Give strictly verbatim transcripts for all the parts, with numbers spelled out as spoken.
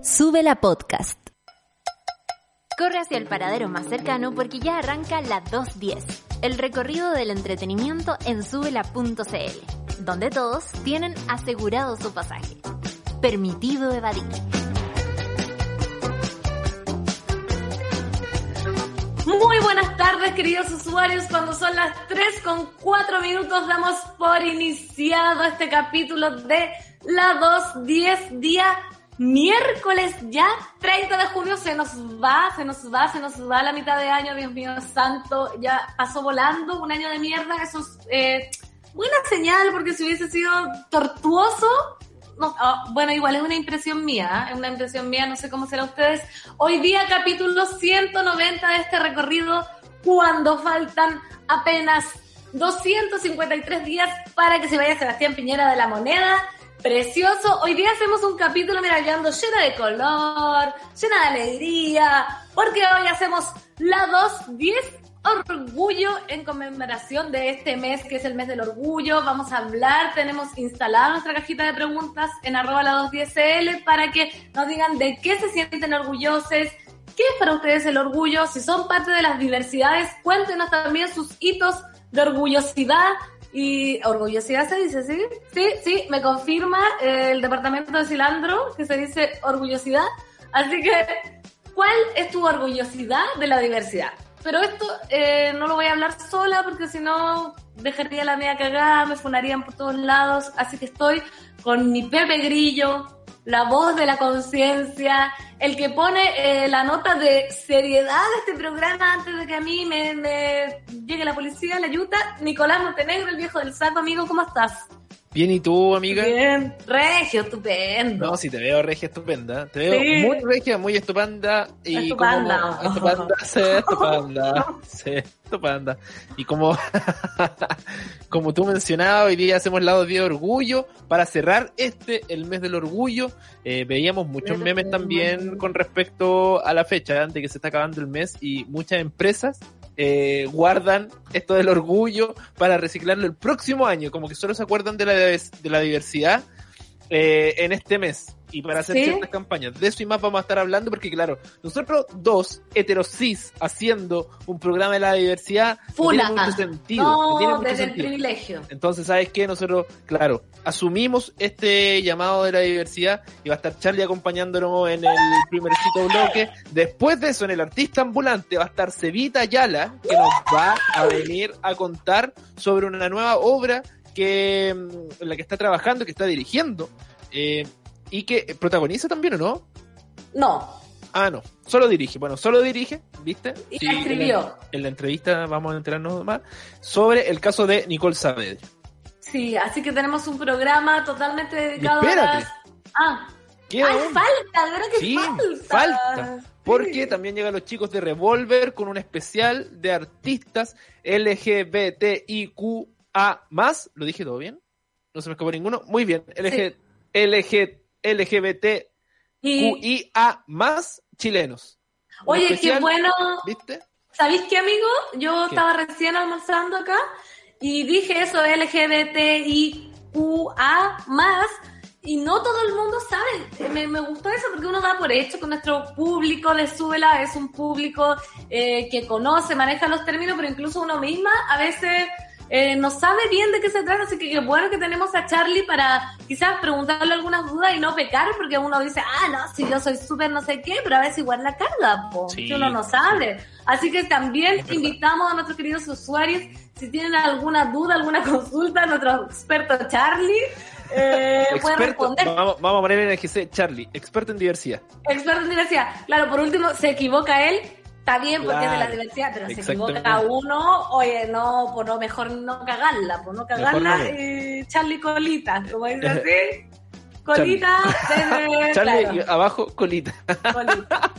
Sube la podcast. Corre hacia el paradero más cercano porque ya arranca la dos diez, el recorrido del entretenimiento en subela punto c l, donde todos tienen asegurado su pasaje. Permitido evadir. Muy buenas tardes, queridos usuarios. Cuando son las tres con cuatro minutos damos por iniciado este capítulo de la dos diez, día miércoles ya, treinta de junio. Se nos va, se nos va, se nos va la mitad de año, Dios mío santo, ya pasó volando un año de mierda. Eso es eh, buena señal, porque si hubiese sido tortuoso, no, oh, bueno, igual es una impresión mía, ¿eh? Es una impresión mía, no sé cómo será ustedes. Hoy día capítulo ciento noventa de este recorrido, cuando faltan apenas doscientos cincuenta y tres días para que se vaya Sebastián Piñera de la Moneda. Precioso. Hoy día hacemos un capítulo, mira, yo ando llena de color, llena de alegría, porque hoy hacemos la dos diez Orgullo en conmemoración de este mes, que es el mes del orgullo. Vamos a hablar, tenemos instalada nuestra cajita de preguntas en arroba la dos diez c l para que nos digan de qué se sienten orgullosos, qué es para ustedes el orgullo, si son parte de las diversidades, cuéntenos también sus hitos de orgullosidad. Y orgullosidad se dice, ¿sí? Sí, sí, me confirma eh, el departamento de Cilandro que se dice orgullosidad. Así que, ¿cuál es tu orgullosidad de la diversidad? Pero esto eh, no lo voy a hablar sola porque si no dejaría la media cagada, me funarían por todos lados. Así que estoy con mi Pepe Grillo, la voz de la conciencia, el que pone eh, la nota de seriedad de este programa antes de que a mí me, me llegue la policía, la yuta. Nicolás Montenegro, el viejo del saco. Amigo, ¿cómo estás? Bien, ¿y tú, amiga? Bien, regio, estupendo. No, sí, te veo regia, estupenda. Te veo Sí. muy regia, muy estupenda. Y Estupenda. Como, estupenda, sí, estupenda. Sí, estupenda. Y como, como tú mencionabas, hoy día hacemos la dos diez de orgullo. Para cerrar este, el mes del orgullo, eh, veíamos muchos memes también con respecto a la fecha, de que se está acabando el mes, y muchas empresas Eh, guardan esto del orgullo para reciclarlo el próximo año, como que solo se acuerdan de la, de la diversidad eh, en este mes y para hacer ¿Sí? ciertas campañas. De eso y más vamos a estar hablando porque, claro, nosotros dos, heterosis, haciendo un programa de la diversidad, Fula. no tiene mucho sentido. No, no tiene mucho desde sentido. el privilegio. Entonces, ¿sabes qué? Nosotros, claro, asumimos este llamado de la diversidad y va a estar Charlie acompañándonos en el primercito bloque. Después de eso, en el artista ambulante va a estar Cevita Ayala, que nos va a venir a contar sobre una nueva obra que en la que está trabajando, que está dirigiendo, eh, y que protagoniza también, ¿o no? No. Ah, no, solo dirige. Bueno, solo dirige, ¿viste? Y Sí, la escribió. En la, en la entrevista vamos a enterarnos más sobre el caso de Nicole Saavedra. Sí, así que tenemos un programa totalmente dedicado Y espérate. a las... Ah, ¿Qué ¡ay, aún? falta! ¿Verdad que Sí, falta? falta. Porque Sí. también llegan los chicos de Revolver con un especial de artistas L G B T I Q A más. ¿Lo dije todo bien? ¿No se me escapó ninguno? Muy bien. L G, Sí. L G, L G B T Q Y, I A más chilenos. Un oye, especial, qué bueno. ¿viste? ¿Sabéis qué, amigo? Yo ¿Qué? estaba recién almorzando acá y dije eso, L G B T I Q A más, y no todo el mundo sabe. Me, me gustó eso porque uno da por hecho que nuestro público de Súbela es un público eh, que conoce, maneja los términos, pero incluso uno misma a veces eh, no sabe bien de qué se trata, así que qué bueno que tenemos a Charlie para quizás preguntarle algunas dudas y no pecar, porque uno dice, ah, no, si yo soy súper no sé qué, pero a veces igual la carga, po, Sí, que uno no sabe. Así que también Es verdad. invitamos a nuestros queridos usuarios, si tienen alguna duda, alguna consulta, nuestro experto Charlie eh, puede Experto, responder. vamos, vamos a poner en el G C, Charlie, experto en diversidad. Experto en diversidad. Claro, por último, se equivoca él, está bien porque Claro, es de la diversidad, pero se exactamente. equivoca uno, oye, no, por no, mejor no cagarla, por no cagarla, no. y Charlie Colita, como dice así, Colita, desde, Charlie, claro, y abajo, colita. Colita.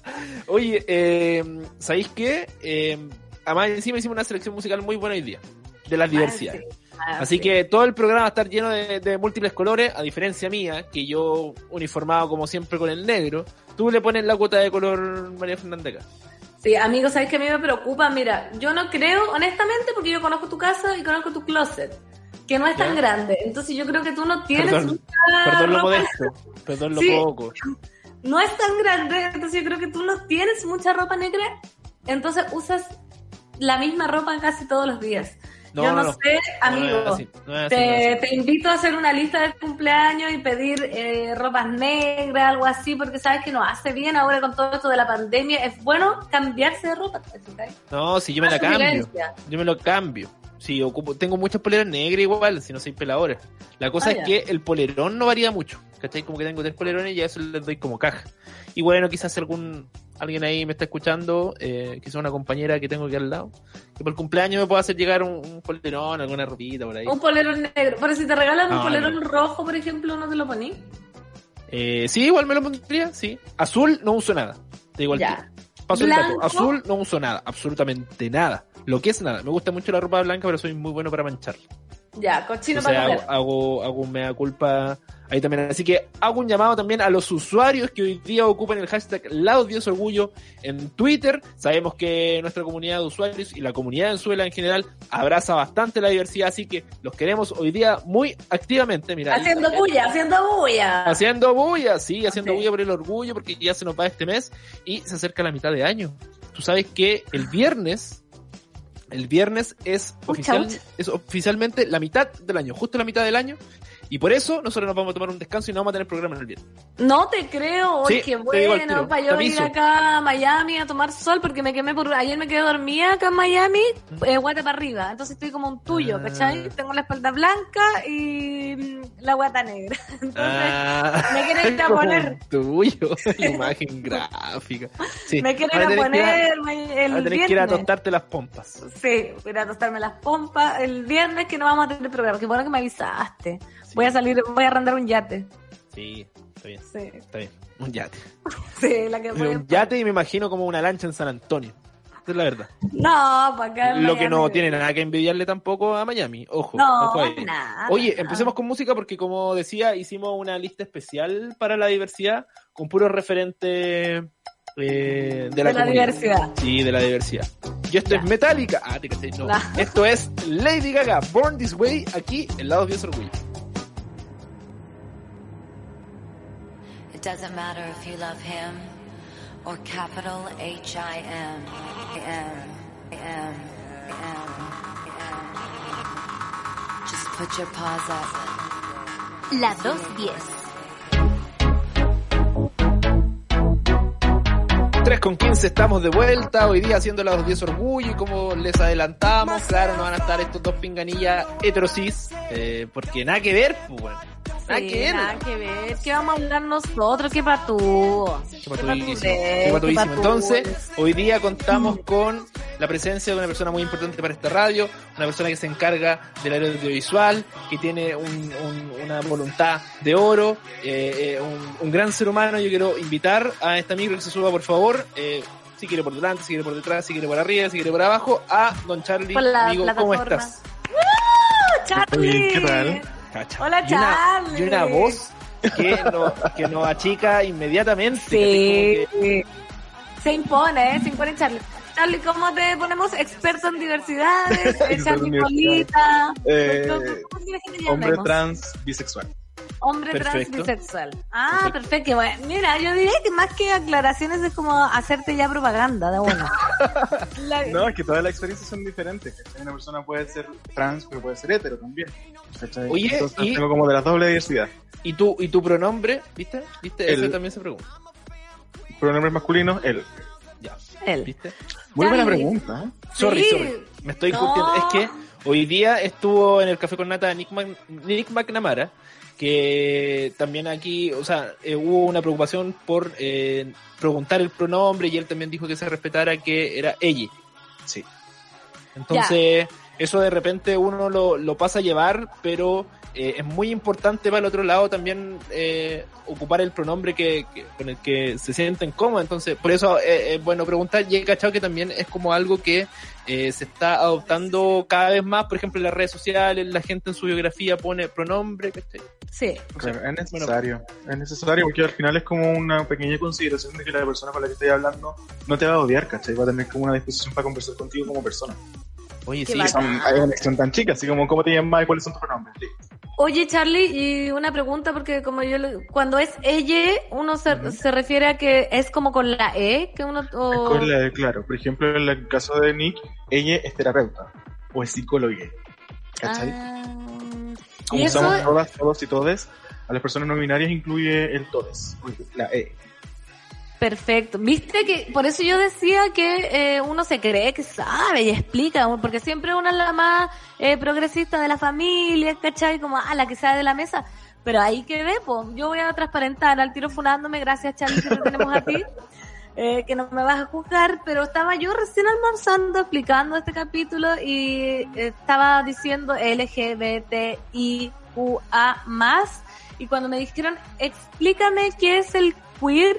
Oye, eh, ¿sabéis qué? Eh, además, encima hicimos una selección musical muy buena hoy día, de las diversidades. Ah, sí. Ah, Así sí. que todo el programa va a estar lleno de, de múltiples colores, a diferencia mía, que yo uniformado como siempre con el negro. Tú le pones la cuota de color, María Fernanda, acá. Sí, amigos, ¿sabes qué a mí me preocupa? Mira, yo no creo, honestamente, porque yo conozco tu casa y conozco tu closet, que no es tan ¿Ya? grande. Entonces yo creo que tú no tienes Perdón, mucha perdón lo ropa. modesto, perdón lo Sí. poco. no es tan grande, entonces yo creo que tú no tienes mucha ropa negra, entonces usas la misma ropa casi todos los días. No, yo no, no, sé, no, amigo, no es así, no es así, te, no es así. te invito a hacer una lista de cumpleaños y pedir eh, ropas negras, algo así, porque sabes que nos hace bien ahora con todo esto de la pandemia. Es bueno cambiarse de ropa. ¿Okay? No, si yo me la cambio, yo me lo cambio. Si ocupo, tengo muchas poleras negras igual, si no soy peladora. La cosa ah, es ya. que el polerón no varía mucho, ¿cachai? Como que tengo tres polerones y a eso les doy como caja. Y bueno, quizás algún alguien ahí me está escuchando, eh, quizás una compañera que tengo aquí al lado, que por el cumpleaños me pueda hacer llegar un, un polerón, alguna ropita por ahí. Un polerón negro. Pero si te regalan No, un polerón no. rojo, por ejemplo, ¿no te lo poní? Eh, sí, igual me lo pondría, sí. Azul no uso nada, te digo el Ya. tiro. Paso el dato. Blanco. Azul no uso nada, absolutamente nada. Lo que es nada. Me gusta mucho la ropa blanca, pero soy muy bueno para mancharla. Ya, cochino O sea, para hago, comer. hago, hago un mea culpa ahí también. Así que hago un llamado también a los usuarios que hoy día ocupan el hashtag La Odiosa Orgullo en Twitter. Sabemos que nuestra comunidad de usuarios y la comunidad de Venezuela en general abraza bastante la diversidad, así que los queremos hoy día muy activamente. Mira, ahí Haciendo está. bulla, haciendo bulla. Haciendo bulla, sí, haciendo Sí. bulla por el orgullo, porque ya se nos va este mes y se acerca la mitad de año. Tú sabes que el viernes, el viernes es, Ucha, oficial, ucha. es oficialmente la mitad del año, justo la mitad del año, y por eso nosotros nos vamos a tomar un descanso y no vamos a tener programa en el viernes. No te creo, oye, Sí, qué te digo al bueno, tiro, para te yo aviso. ir acá a Miami a tomar sol, porque me quemé por... Ayer me quedé dormida acá en Miami, eh, guata para arriba, entonces estoy como un tuyo, Ah. ¿cachai? Tengo la espalda blanca y mm, la guata negra, entonces Ah, me quieren ir a como poner. un tuyo, imagen gráfica. Sí, me quieren vas ir a tener que ir a- poner ma- el vas a tener que ir a viernes. tostarte las pompas. Sí, voy a ir a tostarme las pompas el viernes que no vamos a tener programa, qué bueno que me avisaste. Sí. Voy a salir, voy a arrendar un yate. Sí, está bien, Sí, está bien. Un yate. sí, la que voy a- Un yate y me imagino como una lancha en San Antonio. Esa es la verdad. No, para acá en Lo que no Miami. tiene nada que envidiarle tampoco a Miami. Ojo, No, ojo ahí. nada. Oye, empecemos con música porque, como decía, hicimos una lista especial para la diversidad con puros referentes eh, de la, De la comunidad. diversidad. Sí, de la diversidad. Y esto Ya. es Metallica. Ah, te caché, no. No. Esto es Lady Gaga, Born This Way, aquí en Lado diez Orgullo. It doesn't matter if you love him or capital H I M. M, M, M, M. Just put your paws up. La dos diez. tres con quince estamos de vuelta, hoy día haciendo Lados diez Orgullo y como les adelantamos, claro, no van a estar estos dos pinganillas heterosis, eh, porque nada que ver, pues bueno, nada Sí, que ver. nada que ver. ¿Qué vamos a hablar nosotros? ¿Qué patúo? Qué patudísimo, qué patudísimo. Entonces, hoy día contamos con la presencia de una persona muy importante para esta radio, una persona que se encarga del área audiovisual, que tiene un, un, una voluntad de oro, eh, eh, un, un gran ser humano. Yo quiero invitar a esta micro que se suba, por favor, eh, si quiere por delante, si quiere por detrás, si quiere por arriba, si quiere por abajo, a don Charlie. Por la Amigo, ¿cómo plataforma. estás? ¡Ah, Charlie! ¿Qué tal? Cacha. Hola, Y una- Charlie. Y una voz que nos, que nos achica inmediatamente. Sí. ¿cachai? Como que- Se impone, ¿eh? Se impone Charlie. Charlie, ¿cómo te ponemos? Experto en diversidades, eh, Experto en Charlie diversidades. Polita. Eh, ¿Cómo- cómo quieres que te Hombre llamemos? trans bisexual. Hombre trans Perfecto. bisexual. Ah, Perfecto. perfecto. Bueno, mira, yo diría que más que aclaraciones es como hacerte ya propaganda de uno. La- No, es que todas las experiencias son diferentes. ¿Cachai? Una persona puede ser trans, pero puede ser hetero también. ¿Cachai? Oye, Entonces, y- tengo como de la doble diversidad. ¿Y tu, y tu pronombre? ¿Viste? ¿Viste? Eso El- también se pregunta. Pronombres masculinos, él. Ya. Él. ¿Viste? Muy buena Charlie. pregunta, ¿eh? Sorry, Sí. sorry. Me estoy No. curtiendo. Es que hoy día estuvo en el Café con Nata Nick, Mac- Nick McNamara, que también aquí, o sea, eh, hubo una preocupación por eh, preguntar el pronombre y él también dijo que se respetara que era ella. Sí. Entonces, eso de repente uno lo, lo pasa a llevar, pero eh, es muy importante para el otro lado también eh, ocupar el pronombre que, que- con el que se sienten cómodos. Entonces, por eso eh, es bueno preguntar, y he cachado que también es como algo que eh, se está adoptando cada vez más. Por ejemplo, en las redes sociales, la gente en su biografía pone pronombre, ¿cachai? Sí. Claro, es necesario. Es necesario porque al final es como una pequeña consideración de que la persona con la que estoy hablando no te va a odiar, ¿cachai? Va a tener como una disposición para conversar contigo como persona. Oye, Qué sí, bacán. Son, hay una acción tan chica, así como cómo te llamas y cuáles son tus pronombres. Listo. Oye, Charlie, y una pregunta, porque como yo, lo- cuando es ella, uno se, Ujú. se refiere a que es como con la E, que uno... o- Con la- claro, por ejemplo, en el caso de Nick, ella es terapeuta o es psicóloga, ¿cachai? Ah, Como y eso, somos todas, todos y todes, a las personas no binarias incluye el todes, la E. perfecto. Viste que, por eso yo decía que eh, uno se cree que sabe y explica, porque siempre una es la más eh, progresista de la familia, ¿cachai? Como, ah, la que sabe de la mesa. Pero ahí quedé, pues. Yo voy a transparentar al tiro funándome, gracias Charlie que te tenemos a ti, eh, que no me vas a juzgar, pero estaba yo recién almorzando explicando este capítulo y eh, estaba diciendo L G B T I Q A más, y cuando me dijeron, explícame qué es el queer,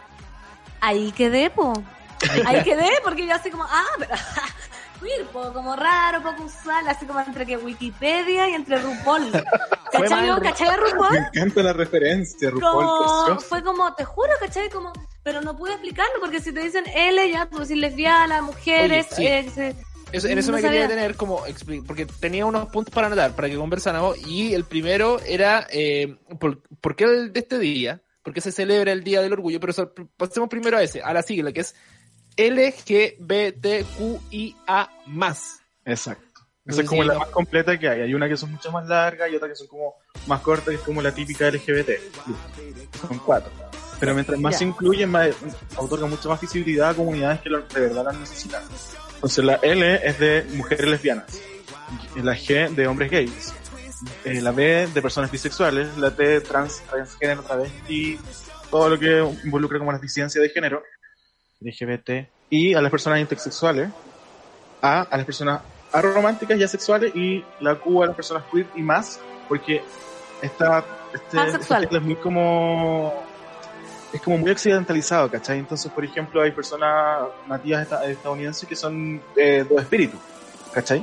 ahí quedé, po. Ahí quedé, porque yo así como, ah, pero queer, po, como raro, poco usual, así como entre que Wikipedia y entre RuPaul. Fue ¿Cachai? mal. ¿Cachai a Me RuPaul? encanta la referencia, RuPaul, Como, precioso. fue como, te juro, ¿cachai? Como, pero no pude explicarlo, porque si te dicen L, ya, tú decir lesbiana, mujeres, Oye, sí. eh, se- Eso, en eso no me quería sabía. detener como expli- porque tenía unos puntos para anotar, para que conversáramos, y el primero era eh, por, ¿por qué el de este día? ¿Por qué se celebra el Día del Orgullo? Pero so- pasemos primero a ese, a la sigla, que es L G B T Q I A más. Exacto. No Esa sé es como si la no- más completa que hay. Hay una que son mucho más largas y otra que son como más cortas, que es como la típica L G B T. Son cuatro. Pero mientras más Ya. se incluyen, más otorga mucha más visibilidad a comunidades que lo- de verdad las necesitan. Entonces la L es de mujeres lesbianas, la G de hombres gays, eh, la B de personas bisexuales, la T trans, transgénero, travesti, todo lo que involucra como las disidencias de género, L G B T, y a las personas intersexuales, A a las personas arománticas y asexuales, y la Q a las personas queer y más, porque esta, este, Asexual. esta sigla es muy como es como muy occidentalizado, ¿cachai? Entonces, por ejemplo, hay personas nativas esta- estadounidenses que son eh, dos espíritus, ¿cachai?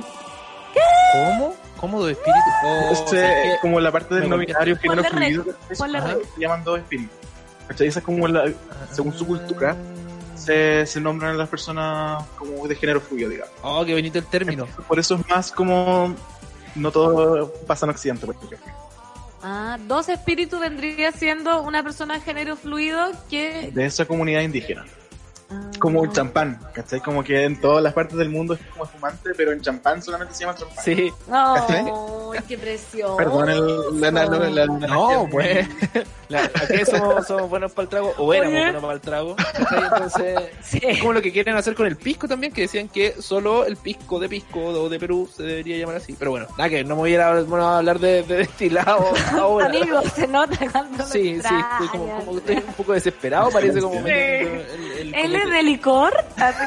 ¿Cómo? ¿Cómo de espíritu? Oh, Este, o sea, que- como la parte del me no golpeaste. binario, género Ponle fluido, rec, ¿cachai? ponle Ajá, rec. se llaman dos espíritus, ¿cachai? Esa es como la, según su cultura, se, se nombran a las personas como de género fluido, digamos. Oh, qué bonito el término. Por eso es más como, no todo pasa en Occidente, por ejemplo. Ah, dos espíritus vendría siendo una persona de género fluido que... De esa comunidad indígena. Ah. Como el champán, ¿cachai? Como que en todas las partes del mundo es como espumante, pero en champán solamente se llama champán. Sí. Oh, qué precioso. Perdón, el, la, la, la, la- la- No, pues. La, aquí somos, somos buenos para el trago, o éramos Oye. buenos para el trago. ¿Cachai? Entonces, Sí. es como lo que quieren hacer con el pisco también, que decían que solo el pisco de pisco o de Perú se debería llamar así. Pero bueno, nada que no me voy a ir a, bueno, a hablar de, de destilado ahora. Amigo, se nota cuando lo Sí, sí, estoy extrañas. como, como estoy un poco desesperado, parece como Sí. metiendo el, el ¿L copete. de licor? Así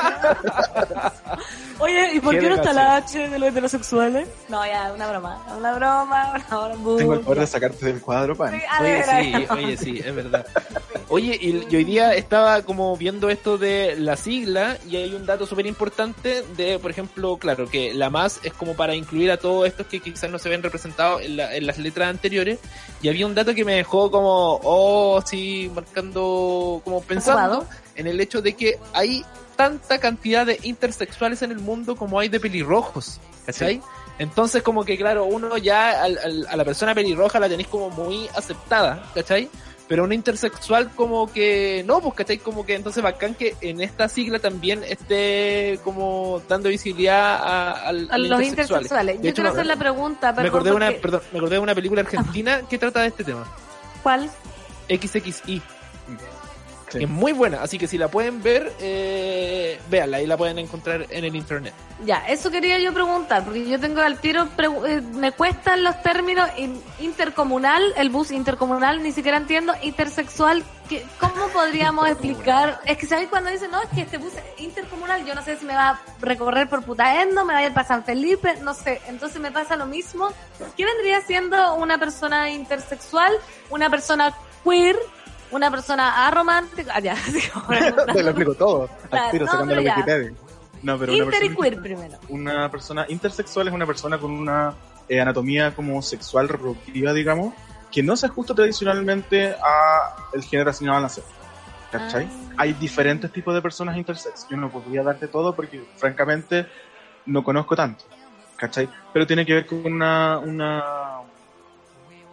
como- Oye, ¿y por Qué qué no está desgracia. la H de los heterosexuales? No, ya, una broma. Una broma, una broma. Tengo el poder de sacarte del cuadro, pan. Sí, a Oye, ver, sí, a ver. oye, sí, es verdad. Oye, y, y hoy día estaba como viendo esto de la sigla y hay un dato súper importante de, por ejemplo, claro, que la más es como para incluir a todos estos que quizás no se ven representados en, la- en las letras anteriores, y había un dato que me dejó como, oh, sí, marcando, como pensando Ocupado. en el hecho de que hay tanta cantidad de intersexuales en el mundo como hay de pelirrojos, ¿cachai? Entonces como que claro, uno ya al- al- a la persona pelirroja la tenéis como muy aceptada, ¿cachai? Pero una intersexual como que no, pues, ¿cachai? Como que entonces bacán que en esta sigla también esté como dando visibilidad a, al- A los intersexuales. De Yo hecho, quiero no, hacer la pregunta, me perdón, acordé de una, porque- perdón, me acordé de una película argentina que trata de este tema, ¿Cuál? X X I. Sí. Que es muy buena, así que si la pueden ver, eh, véanla, ahí la pueden encontrar en el internet. Ya, eso quería yo preguntar, porque yo tengo al tiro, pregu- eh, me cuestan los términos in- intercomunal, el bus intercomunal, ni siquiera entiendo, intersexual, que, ¿cómo podríamos explicar? Es que sabéis cuando dicen, no, es que este bus es intercomunal, yo no sé si me va a recorrer por Putaendo, me va a ir para San Felipe, no sé, entonces me pasa lo mismo. ¿Qué vendría siendo una persona intersexual, una persona queer, una persona aromántica? Ah, ya, así como- Te lo explico todo, Claro, al tiro, no, sacando pero la ya. Wikipedia. No, pero una Inter y persona, queer primero. una persona intersexual es una persona con una eh, anatomía como sexual reproductiva, digamos, que no se ajusta tradicionalmente a el género asignado al nacer. ¿Cachai? Ah. Hay diferentes tipos de personas intersex. Yo no podría darte todo porque, francamente, no conozco tanto. ¿Cachai? Pero tiene que ver con una, una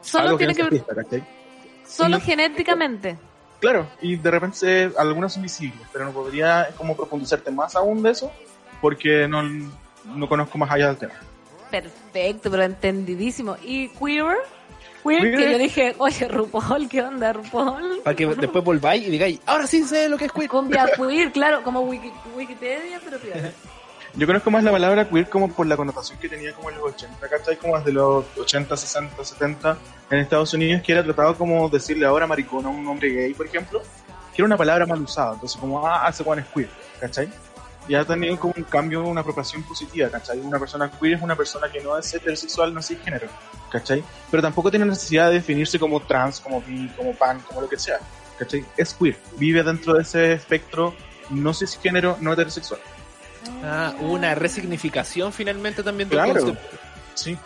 Solo algo tiene que, no que se ver, artista, ¿cachai? solo No- genéticamente. Claro, y de repente se- algunas son visibles, pero no podría como profundizarte más aún de eso, porque no, no conozco más allá del tema. Perfecto, pero entendidísimo. ¿Y queer? Queer, Queer. que yo dije, oye, RuPaul, ¿qué onda, RuPaul? Para que después volváis y digáis, ahora sí sé lo que es queer. Cumbia queer, claro, como Wiki- Wikipedia, pero piola. Yo conozco más la palabra queer como por la connotación que tenía como en los ochenta, ¿cachai? Como desde los ochenta, sesenta, setenta en Estados Unidos, que era tratado como decirle ahora maricón a un hombre gay, por ejemplo, que era una palabra mal usada, entonces como, ah, ese Juan es queer, ¿cachai? Y ha tenido como un cambio, una apropiación positiva, ¿cachai? Una persona queer es una persona que no es heterosexual, no es cisgénero, ¿cachai? Pero tampoco tiene necesidad de definirse como trans, como bi, como pan, como lo que sea, ¿cachai? Es queer, vive dentro de ese espectro no cisgénero, no heterosexual. Ah, una resignificación finalmente también del Claro, concepto. sí.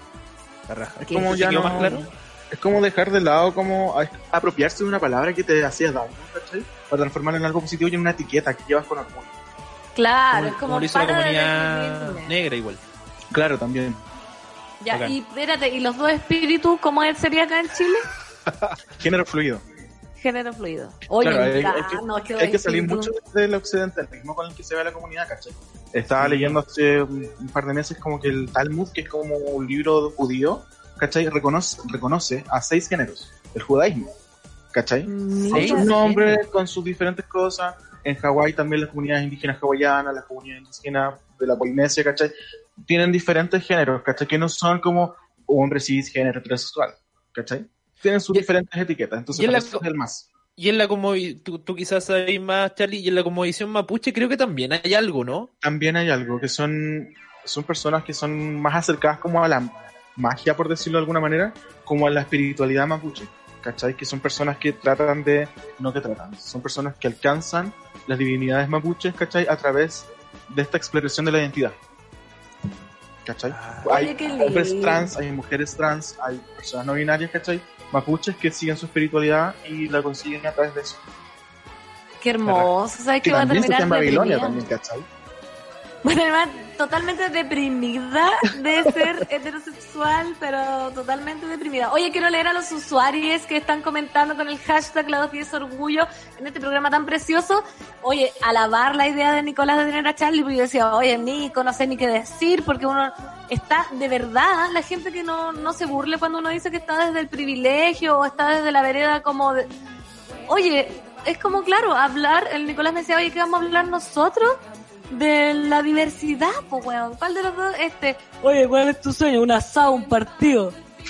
La raja. Es como ¿Te ya quedó no, más claro? es como dejar de lado como a- apropiarse de una palabra que te hacía daño, ¿cachai? Para transformarla en algo positivo y en una etiqueta que llevas con orgullo. Claro, es Como, como como lo hizo la para de comunidad definirme. negra igual. Claro, también. Ya, Bacán. y espérate, ¿y los dos espíritus cómo es- sería acá en Chile? Género fluido. Género fluido. Oye, Claro, hay, ah, hay que, no, es que hay que salir espíritu- mucho del occidentalismo con el que se ve la comunidad, ¿cachai? Estaba leyendo hace un, un par de meses como que el Talmud, que es como un libro judío, ¿cachai? Reconoce, reconoce a seis géneros del judaísmo, ¿cachai? Mira, Con sus ¿Seis? nombres, con sus diferentes cosas. En Hawái también las comunidades indígenas hawaianas, las comunidades indígenas de la Polinesia, ¿cachai? Tienen diferentes géneros, ¿cachai? Que no son como hombre cis, género heterosexual, ¿cachai? Tienen sus Y- diferentes etiquetas, entonces y en para la eso es el más. Y en la como tú, tú quizás sabes más, Charlie, y en la cosmovisión mapuche creo que también hay algo, ¿no? También hay algo que son, son personas que son más acercadas como a la magia, por decirlo de alguna manera, como a la espiritualidad mapuche, ¿cachai? Que son personas que tratan de, no que tratan, son personas que alcanzan las divinidades mapuches, ¿cachai? A través de esta exploración de la identidad, ¿cachai? Oye, Hay qué hombres lindo. trans, hay mujeres trans, hay personas no binarias, ¿cachai? Mapuches que siguen su espiritualidad y la consiguen a través de eso. Qué hermoso. ¿Sabes Que que voy a también se está terminar en Babilonia deprimida? también, ¿cachai? Bueno, además, totalmente deprimida de ser heterosexual, pero totalmente deprimida. Oye, quiero leer a los usuarios que están comentando con el hashtag La dos diez Orgullo en este programa tan precioso. Oye, alabar la idea de Nicolás de tener a Charlie, porque yo decía, oye, Nico, no sé ni qué decir, porque uno está, de verdad, la gente que no, no se burle cuando uno dice que está desde el privilegio o está desde la vereda como de... Oye, es como, claro, hablar, el Nicolás me decía, oye, ¿qué vamos a hablar nosotros? De la diversidad, pues, weón. ¿Cuál de los dos? Este, oye, ¿cuál es tu sueño? Un asado, un partido.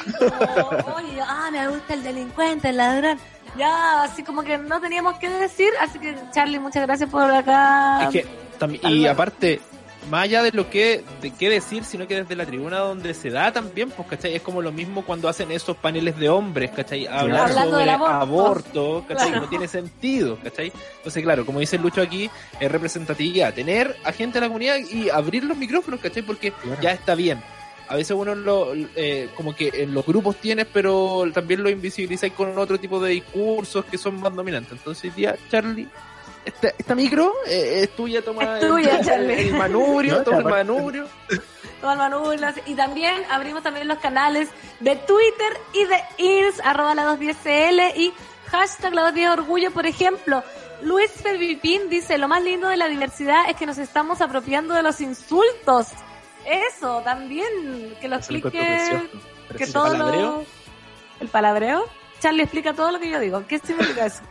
O, oye, ah, me gusta el delincuente, el ladrón. Ya, así como que no teníamos que decir, así que, Charlie, muchas gracias por acá. Es que también, y aparte, más allá de lo que de qué decir, sino que desde la tribuna donde se da también, pues, ¿cachai? Es como lo mismo cuando hacen esos paneles de hombres, ¿cachai? Hablar Hablando sobre del aborto. aborto, ¿cachai? Claro. No tiene sentido, ¿cachai? Entonces, claro, como dice Lucho aquí, es representatividad, tener a gente de la comunidad y abrir los micrófonos, ¿cachai? Porque Claro. ya está bien. A veces uno lo, eh, como que en los grupos tienes, pero también lo invisibilizáis con otro tipo de discursos que son más dominantes. Entonces, ya, Charlie, esta, esta micro eh, es tuya, toma Es tuya, el, Charlie. el manubrio, No, toma el aparte- manubrio. Todo el Manu, las- y también abrimos también los canales de Twitter y de Ins, arroba la dos diez C L y hashtag la dos diez Orgullo, por ejemplo. Luis Fervipín dice, lo más lindo de la diversidad es que nos estamos apropiando de los insultos. Eso, también, que lo Eso lo encuentro explique, precioso. que Precioso. todo ¿Palabreo? lo... ¿El palabreo? Charlie explica todo lo que yo digo. ¿Qué significa eso?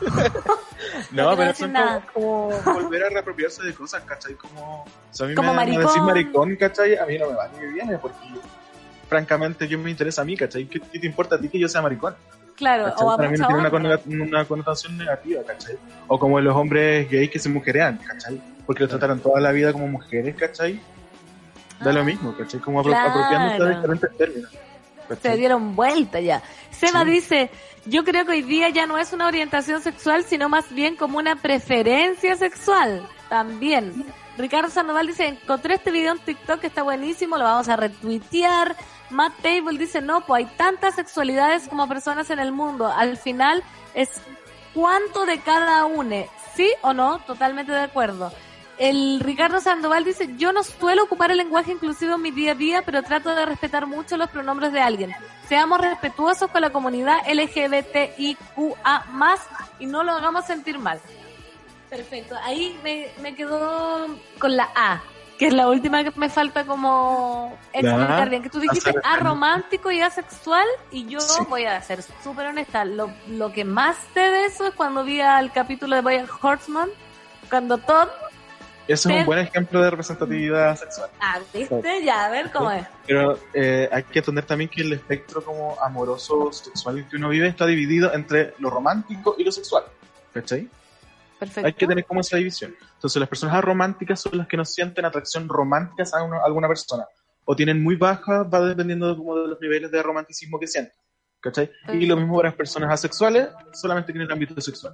No No, quiero pero decir son nada. como, como volver a reapropiarse de cosas, ¿cachai? Como, o sea, a mí Como me, me maricón. decís maricón, ¿cachai? A mí no me va ni me viene, porque francamente, ¿qué me interesa a mí, ¿cachai? ¿Qué, qué te importa a ti que yo sea maricón? Claro, ¿Cachai? o Para mí no tiene una, abuchador. connota- una connotación negativa, ¿cachai? O como los hombres gays que se mujerean, ¿cachai? Porque lo trataron toda la vida como mujeres, ¿cachai? Da lo mismo, ¿cachai? Como apro- Claro. apropiándose de diferentes términos. Se ¿cachai? dieron vuelta ya. Seba Sí. dice, yo creo que hoy día ya no es una orientación sexual, sino más bien como una preferencia sexual. También. Ricardo Sandoval dice, encontré este video en TikTok que está buenísimo, lo vamos a retuitear. Matt Table dice, no, pues hay tantas sexualidades como personas en el mundo. Al final es cuánto de cada una, ¿sí o no? Totalmente de acuerdo. el Ricardo Sandoval dice, yo no suelo ocupar el lenguaje inclusivo en mi día a día, pero trato de respetar mucho los pronombres de alguien. Seamos respetuosos con la comunidad L G B T I Q A más, y no lo hagamos sentir mal. Perfecto, ahí me, me quedo con la A, que es la última que me falta como explicar bien, que tú dijiste aromántico y asexual, y yo sí. voy a ser súper honesta, lo, lo que más sé de eso es cuando vi al capítulo de BoJack Horseman, cuando Todd... Eso es un buen ejemplo de representatividad sexual. Ah, ¿viste? Ya, a ver cómo es. Pero eh, hay que entender también que el espectro como amoroso sexual que uno vive está dividido entre lo romántico y lo sexual, ¿cachai? Perfecto. Hay que tener como esa división. Entonces las personas arománticas son las que no sienten atracción romántica a, una, a alguna persona, o tienen muy baja, va dependiendo de, como de los niveles de romanticismo que sienten, ¿cachai? Perfecto. Y lo mismo para las personas asexuales, solamente en el ámbito sexual.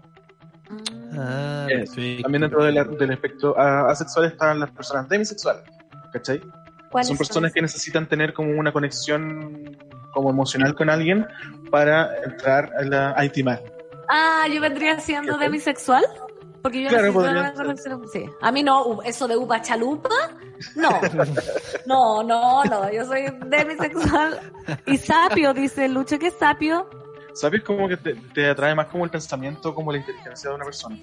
Ah, eh, también dentro de la, del espectro asexual están las personas demisexuales, ¿cachai? Son personas son? que necesitan tener como una conexión como emocional con alguien para entrar a, la, a intimar. Ah, yo vendría siendo ¿Qué demisexual, porque yo claro, necesito una conexión. Sí. A mí no, eso de upa chalupa, no, no, no, no, yo soy demisexual. Y sapio, dice Lucho, ¿qué es sapio? ¿Sabes? Como que te, te atrae más como el pensamiento, como la inteligencia de una persona.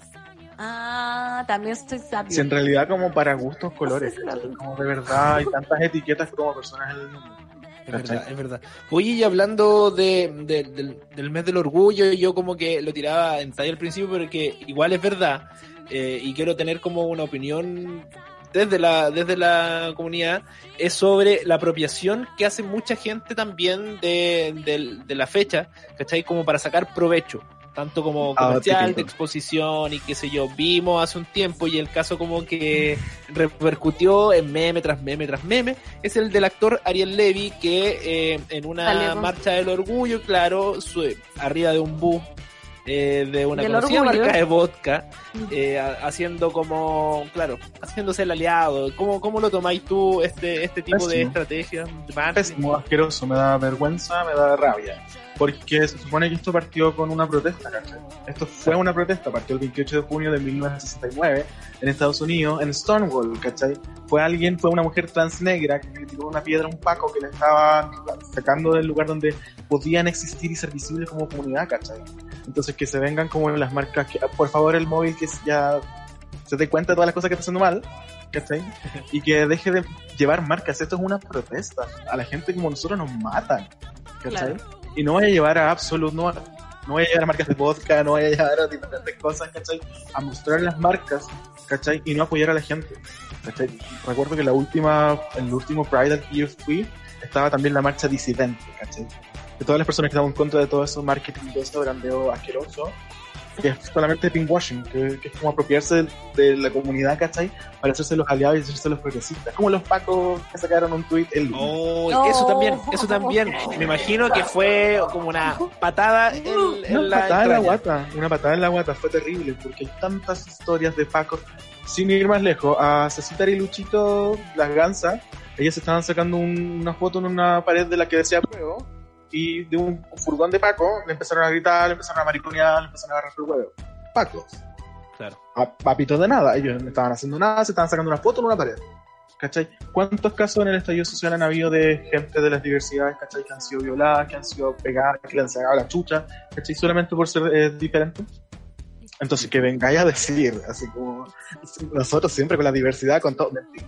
Ah, también soy sabio. Si en realidad como para gustos, colores. Como de verdad hay tantas etiquetas como personas en el mundo. Es verdad, es verdad. Oye, y hablando de, de, del, del mes del orgullo, yo como que lo tiraba en talla al principio, pero que igual es verdad. Eh, y quiero tener como una opinión desde la desde la comunidad, es sobre la apropiación que hace mucha gente también de, de, de la fecha, ¿cachai? Como para sacar provecho, tanto como comercial, ah, de exposición y qué sé yo. Vimos hace un tiempo, y el caso como que repercutió en meme tras meme tras meme, es el del actor Ariel Levy, que eh, en una Dale, marcha del orgullo, claro, su, arriba de un bus Eh, de una Del conocida orgullo. marca de vodka, eh, haciendo como, claro, haciéndose el aliado. ¿Cómo, cómo lo tomáis tú, este este tipo Pésimo. de estrategia? Pésimo, asqueroso, me da vergüenza, me da rabia. Porque se supone que esto partió con una protesta, ¿cachai? Esto fue una protesta, partió el veintiocho de junio de mil novecientos sesenta y nueve en Estados Unidos, en Stonewall, ¿cachai? Fue alguien, fue una mujer trans negra que le tiró una piedra a un paco que le estaba sacando del lugar donde podían existir y ser visibles como comunidad, ¿cachai? Entonces que se vengan como las marcas, que por favor el móvil que ya se dé cuenta de todas las cosas que está haciendo mal, ¿cachai? Y que deje de llevar marcas. Esto es una protesta. A la gente como nosotros nos matan, ¿cachai? Claro. Y no vaya a llevar a Absolute, no, no vaya a llevar a marcas de vodka, no vaya a llevar a diferentes cosas, ¿cachai? A mostrar las marcas, ¿cachai? Y no apoyar a la gente, ¿cachai? Recuerdo que la última, el último Pride al que yo fui, estaba también la marcha disidente, ¿cachai? De todas las personas que estaban en contra de todo eso marketing, todo eso brandeo asqueroso, que es solamente pinkwashing, que, que es como apropiarse de, de la comunidad, ¿cachai? Para hacerse los aliados y hacerse los progresistas, como los pacos que sacaron un tweet el lunes. Oh, oh, eso también, eso también. Me imagino que fue como una patada en, en una la patada en la guata, una patada en la guata, fue terrible, porque hay tantas historias de pacos. Sin ir más lejos, a Cecita y Luchito, las gansas, ellas estaban sacando un, una foto en una pared de la que decía pruebo, y de un furgón de Paco le empezaron a gritar, le empezaron a mariconear, le empezaron a agarrar el huevo. Pacos. Claro. A, papitos de nada, ellos no estaban haciendo nada, se estaban sacando una foto en una pared. ¿Cachai? ¿Cuántos casos en el estallido social han habido de gente de las diversidades, ¿cachai? Que han sido violadas, que han sido pegadas, que le han sacado la chucha, ¿cachai? Solamente por ser eh, diferentes. Entonces que vengáis a decir, así como nosotros siempre con la diversidad, con todo, mentira.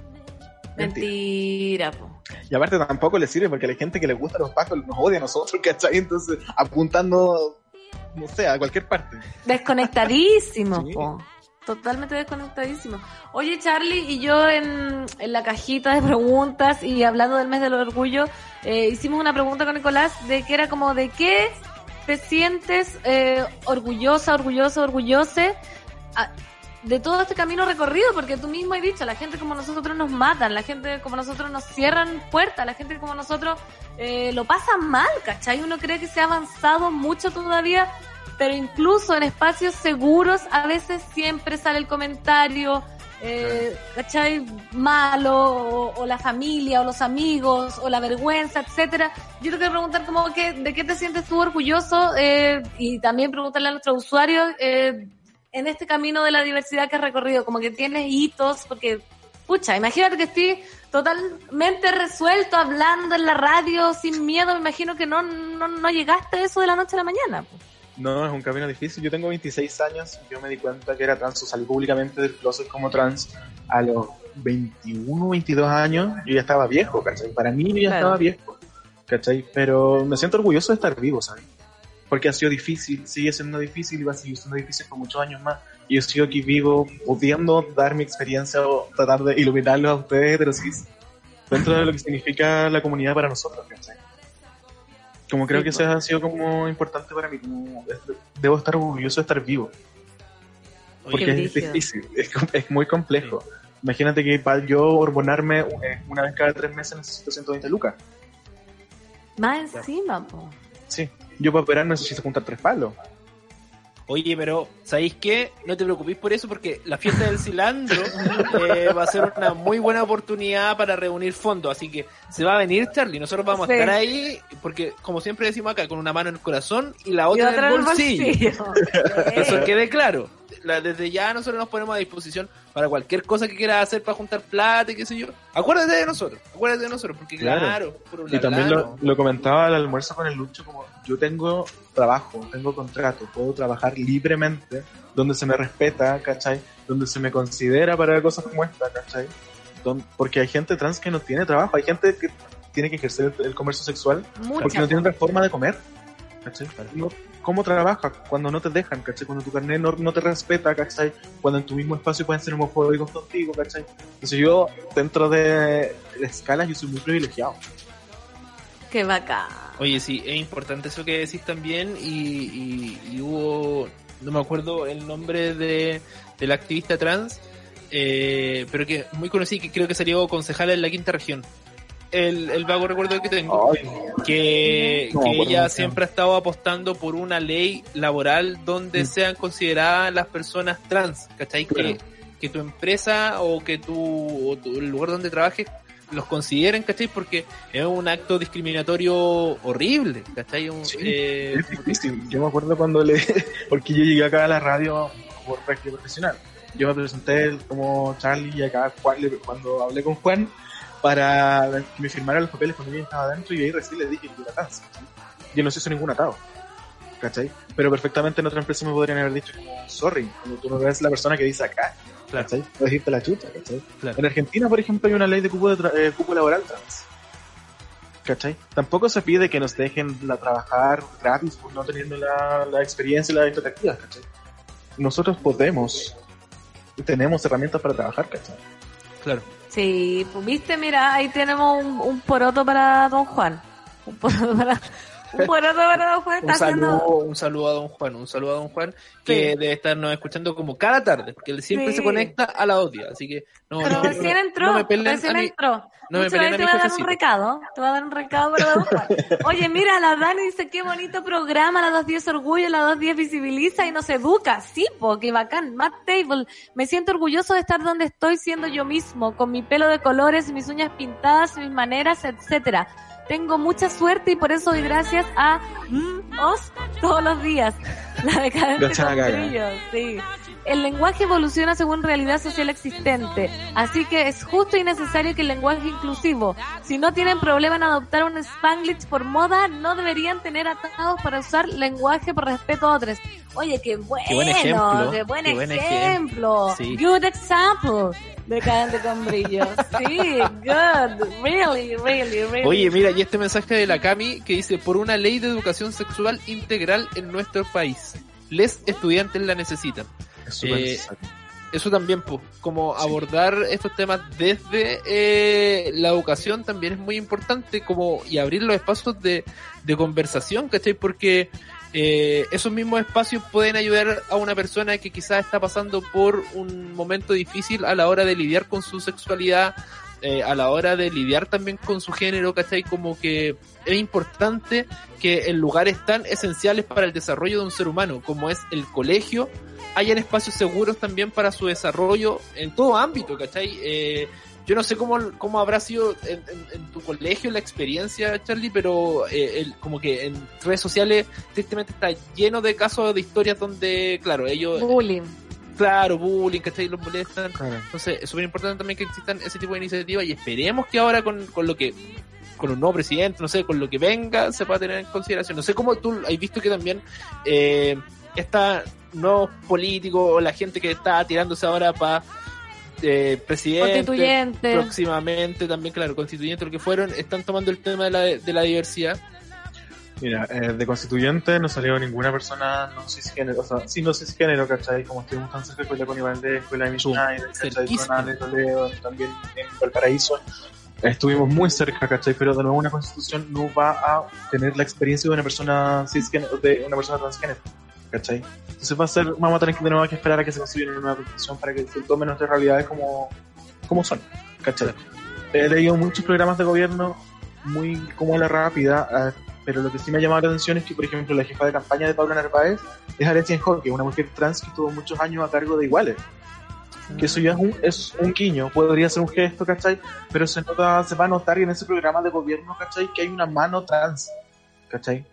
Mentira, po. Y aparte tampoco les sirve porque la gente que les gusta los pacos nos odia a nosotros, ¿cachai? Entonces, apuntando, no sé, a cualquier parte. Desconectadísimo, Sí. po. Totalmente desconectadísimo. Oye, Charlie, y yo en, en la cajita de preguntas y hablando del mes del orgullo, eh, hicimos una pregunta con Nicolás de que era como de qué te sientes eh, orgullosa, orgulloso, orgullose a, de todo este camino recorrido, porque tú mismo has dicho, la gente como nosotros nos matan, la gente como nosotros nos cierran puertas, la gente como nosotros eh, lo pasa mal, ¿cachai? Uno cree que se ha avanzado mucho todavía, pero incluso en espacios seguros a veces siempre sale el comentario, eh, ¿cachai? Malo, o, o la familia, o los amigos, o la vergüenza, etcétera. Yo te quiero preguntar como que, ¿de qué te sientes tú orgulloso? Eh, y también preguntarle a nuestros usuarios, eh, en este camino de la diversidad que has recorrido? Como que tienes hitos, porque, pucha, imagínate que estoy totalmente resuelto hablando en la radio sin miedo, me imagino que no, no, no llegaste a eso de la noche a la mañana. Pues. No, es un camino difícil. Yo tengo veintiséis años y yo me di cuenta que era trans, o salí públicamente del closet como trans a los veintiuno, veintidós años. Yo ya estaba viejo, ¿cachai? Para mí yo ya Claro. estaba viejo, ¿cachai? Pero me siento orgulloso de estar vivo, ¿sabes? Porque ha sido difícil, sigue siendo difícil y va a seguir siendo difícil por muchos años más. Y yo sigo aquí vivo, pudiendo dar mi experiencia o tratar de iluminarlos a ustedes heterosis dentro de lo que significa la comunidad para nosotros, ¿cachai? Como creo Sí, que eso ha sido como importante para mí, como debo estar orgulloso de estar vivo. Porque Qué es brígido. difícil, es, com- es muy complejo. Imagínate que para yo hormonarme eh, una vez cada tres meses necesito ciento veinte lucas. Más encima, po. Sí, yo para operar necesito juntar tres palos. Oye, pero ¿sabéis qué? No te preocupéis por eso porque la fiesta del cilantro eh, va a ser una muy buena oportunidad para reunir fondos. Así que se va a venir, Charlie. Nosotros vamos Sí. a estar ahí porque, como siempre decimos acá, con una mano en el corazón y la Y otra, otra en el bolsillo. bolsillo. Que eso quede claro. La- desde ya nosotros nos ponemos a disposición para cualquier cosa que quieras hacer para juntar plata y qué sé yo. Acuérdate de nosotros, acuérdate de nosotros, porque claro, Claro. por un Y también lado, lo, lo comentaba al almuerzo con el Lucho, como yo tengo trabajo, tengo contrato, puedo trabajar libremente, donde se me respeta, ¿cachai? Donde se me considera para cosas como esta, ¿cachai? Don- porque hay gente trans que no tiene trabajo, hay gente que tiene que ejercer el, el comercio sexual Mucha, porque no tiene po. otra forma de comer, ¿cachai? No- ¿Cómo trabajas cuando no te dejan, ¿cachai? Cuando tu carnet no, no te respeta, ¿cachai? Cuando en tu mismo espacio pueden ser homofóbicos contigo, ¿cachai? Entonces yo, dentro de la escala, yo soy muy privilegiado. Qué bacán. Oye, sí, es importante eso que decís también y, y, y hubo, no me acuerdo el nombre de, de la activista trans, eh, pero que muy conocida, que creo que salió concejala en la quinta región. El, el vago recuerdo que tengo, Ay, que, No, que por ella mucho. siempre ha estado apostando por una ley laboral donde Mm. sean consideradas las personas trans, ¿cachai? Claro. Que, que tu empresa o que tu, o tu- el lugar donde trabajes los consideren, ¿cachai? Porque es un acto discriminatorio horrible, ¿cachai? Un- Sí, eh, es difícil. Yo me acuerdo cuando le... Porque yo llegué acá a la radio por práctica profesional. Yo me presenté como Charlie y acá Juan, le- cuando hablé con Juan para que me firmara los papeles cuando yo estaba adentro y ahí recién le dije que era trans, ¿cachai? Yo no se hizo ningún atado, ¿cachai? Pero perfectamente en otra empresa me podrían haber dicho como, sorry, como tú no eres la persona que dice acá, Claro. ¿cachai? Puedes irte a la chucha, ¿cachai? Claro. En Argentina, por ejemplo, hay una ley de cupo, de tra- eh, cupo laboral trans. ¿Cachai? Tampoco se pide que nos dejen la trabajar gratis por no teniendo la, la experiencia y las expectativas, ¿cachai? Nosotros podemos, y tenemos herramientas para trabajar, ¿cachai? Claro. Sí, pues viste, mira, ahí tenemos un, un poroto para Don Juan. Un poroto para, un poroto para Don Juan. Un Está saludo, haciendo... un saludo a don Juan, un saludo a don Juan, que Sí. debe estarnos escuchando como cada tarde, porque él siempre Sí. se conecta a la odia, así que no, Pero no, recién no, entró, no me peleen recién a mí, entró. no me Mucho peleen a te mi voy a dar un jefecito. recado, te voy a dar un recado para Don Juan. Oye, mira, la Dani dice, qué bonito programa, la dos diez Orgullo, la dos diez visibiliza y nos educa. Sí, po, qué bacán. Matt Table, me siento orgulloso de estar donde estoy siendo yo mismo, con mi pelo de colores, mis uñas pintadas, mis maneras, etcétera. Tengo mucha suerte y por eso doy gracias a mm, os todos los días. La decadente Gracias a con Gaga. brillo, sí. El lenguaje evoluciona según realidad social existente, así que es justo y necesario que el lenguaje inclusivo. Si no tienen problema en adoptar un Spanglish por moda, no deberían tener atados para usar lenguaje por respeto a otros. Oye, qué bueno, Qué buen ejemplo, qué buen qué buen ejemplo. Sí. Good example. Decadente con brillo. Sí, good. Really, really, really. Oye, mira, y este mensaje de la Cami que dice, por una ley de educación sexual integral en nuestro país. Les estudiantes la necesitan. Es súper Eh, necesario. Eso también, pues, como Sí. abordar estos temas desde eh, la educación también es muy importante, como y abrir los espacios de, de conversación, ¿cachai? Porque eh, esos mismos espacios pueden ayudar a una persona que quizás está pasando por un momento difícil a la hora de lidiar con su sexualidad, eh, a la hora de lidiar también con su género, ¿cachai? Como que es importante que en lugares tan esenciales para el desarrollo de un ser humano, como es el colegio, hayan espacios seguros también para su desarrollo en todo ámbito, ¿cachai? Eh, yo no sé cómo, cómo habrá sido en, en, en tu colegio la experiencia, Charlie, pero eh, el, como que en redes sociales tristemente está lleno de casos de historias donde, claro, ellos... Bullying. Claro, bullying, ¿cachai? Los molestan. Claro. Entonces, es súper importante también que existan ese tipo de iniciativas y esperemos que ahora con, con lo que, con un nuevo presidente, no sé, con lo que venga, se pueda tener en consideración. No sé cómo tú has visto que también eh, esta nuevos políticos o la gente que está tirándose ahora para eh, presidente, Constituyente. próximamente también, claro, constituyente, lo que fueron, están tomando el tema de la, de la diversidad. Mira, eh, de constituyente no salió ninguna persona no cisgénero, o sea, sí no cisgénero, ¿cachai? Como estuvimos tan cerca de la Connie Valdés, escuela de Schneider, ¿cachai? Cerquísimo. Con Ale Toledo, también en Valparaíso. Estuvimos muy cerca, ¿cachai? Pero de nuevo una constitución no va a tener la experiencia de una persona cisgénero, de una persona transgénero, ¿cachai? Entonces va a ser, vamos a tener que de nuevo que esperar a que se construya una nueva constitución para que se tomen nuestras realidades como, como son, ¿cachai? He leído muchos programas de gobierno muy como a la rápida, eh, pero lo que sí me ha llamado la atención es que, por ejemplo, la jefa de campaña de Paula Narváez es Alexia Enjoque, una mujer trans que estuvo muchos años a cargo de Iguales. Que eso ya es un, es un guiño, podría ser un gesto, ¿cachai? Pero se nota, se va a notar en ese programa de gobierno, ¿cachai? Que hay una mano trans, ¿cachai?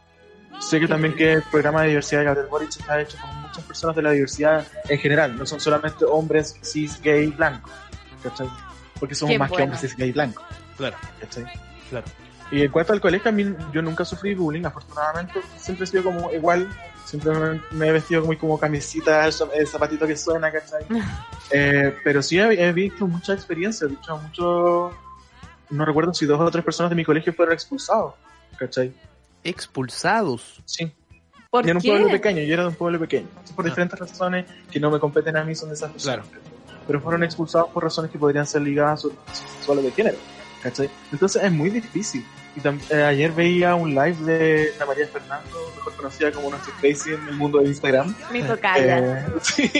Sé que también que el programa de diversidad de Gabriel Boric está hecho con muchas personas de la diversidad en general, no son solamente hombres cis, gay, blancos, ¿cachai? Porque somos Qué más que bueno. hombres cis, gay, blancos, Claro, ¿cachai? claro. Y en cuanto al colegio, a mí yo nunca sufrí bullying, afortunadamente, siempre he sido como igual, siempre me, me he vestido muy como camisita, el zapatito que suena, ¿cachai? eh, pero sí he, he visto muchas experiencias, de hecho, mucho, no recuerdo si dos o tres personas de mi colegio fueron expulsados, ¿cachai? Expulsados. Sí. ¿Por Y era un qué? pueblo pequeño, yo era de un pueblo pequeño, por diferentes razones que no me competen a mí, son de esas personas. Claro. Pero fueron expulsados por razones que podrían ser ligadas a su solo de género, ¿cachai? Entonces es muy difícil. Y tam- eh, ayer veía un live de Ana María Fernando, mejor conocida como nuestra Crazy en el mundo de Instagram. Mi tocaya. Eh, sí.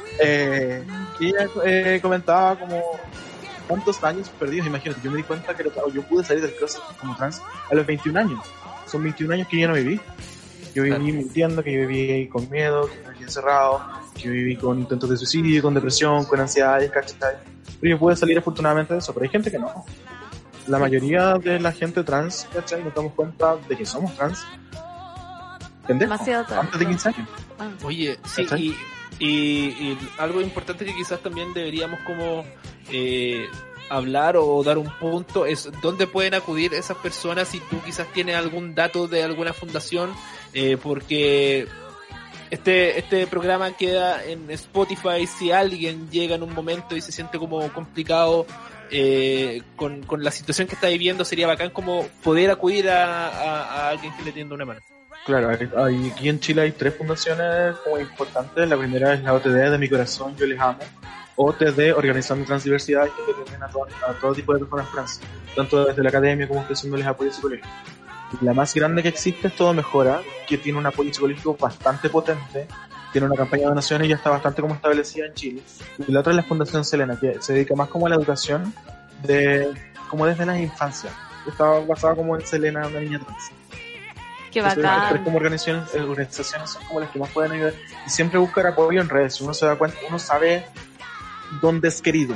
Eh, y ella eh, comentaba como cuántos años perdidos, imagínate, yo me di cuenta que lo- yo pude salir del closet como trans a los veintiún años. Son veintiún años que yo no viví. Yo viví Claro. mintiendo, que yo viví con miedo, que viví encerrado, que yo viví con intentos de suicidio, con depresión, con ansiedades, ¿cachai? Pero yo pude salir afortunadamente de eso, pero hay gente que no. La mayoría de la gente trans, ¿cachai? Nos damos cuenta de que somos trans. Pendejo, Demasiado trans. antes de quince años. Ah. Oye, sí, ¿Cachai? y, y, y algo importante que quizás también deberíamos como eh, hablar o dar un punto es dónde pueden acudir esas personas si tú quizás tienes algún dato de alguna fundación, eh, porque este este programa queda en Spotify si alguien llega en un momento y se siente como complicado eh, con, con la situación que está viviendo, sería bacán como poder acudir a, a, a alguien que le tienda una mano. Claro, hay- hay- aquí en Chile hay tres fundaciones muy importantes. La primera es la O T D de Mi Corazón, Yo Les Amo. O T D, Organizando Transdiversidad, que atienden a todo, a todo tipo de personas trans, tanto desde la academia como ofreciéndoles apoyo psicológico. Y la más grande que existe es Todo Mejora, que tiene un apoyo psicológico bastante potente, tiene una campaña de donaciones y ya está bastante como establecida en Chile. Y la otra es la Fundación Selena, que se dedica más como a la educación, de como desde las infancias. Está basada como en Selena, una niña trans. Qué Entonces, las tres bacán. como organizaciones, eh, organizaciones son como las que más pueden ayudar y siempre buscar apoyo en redes. Uno se da cuenta, uno sabe dónde es querido.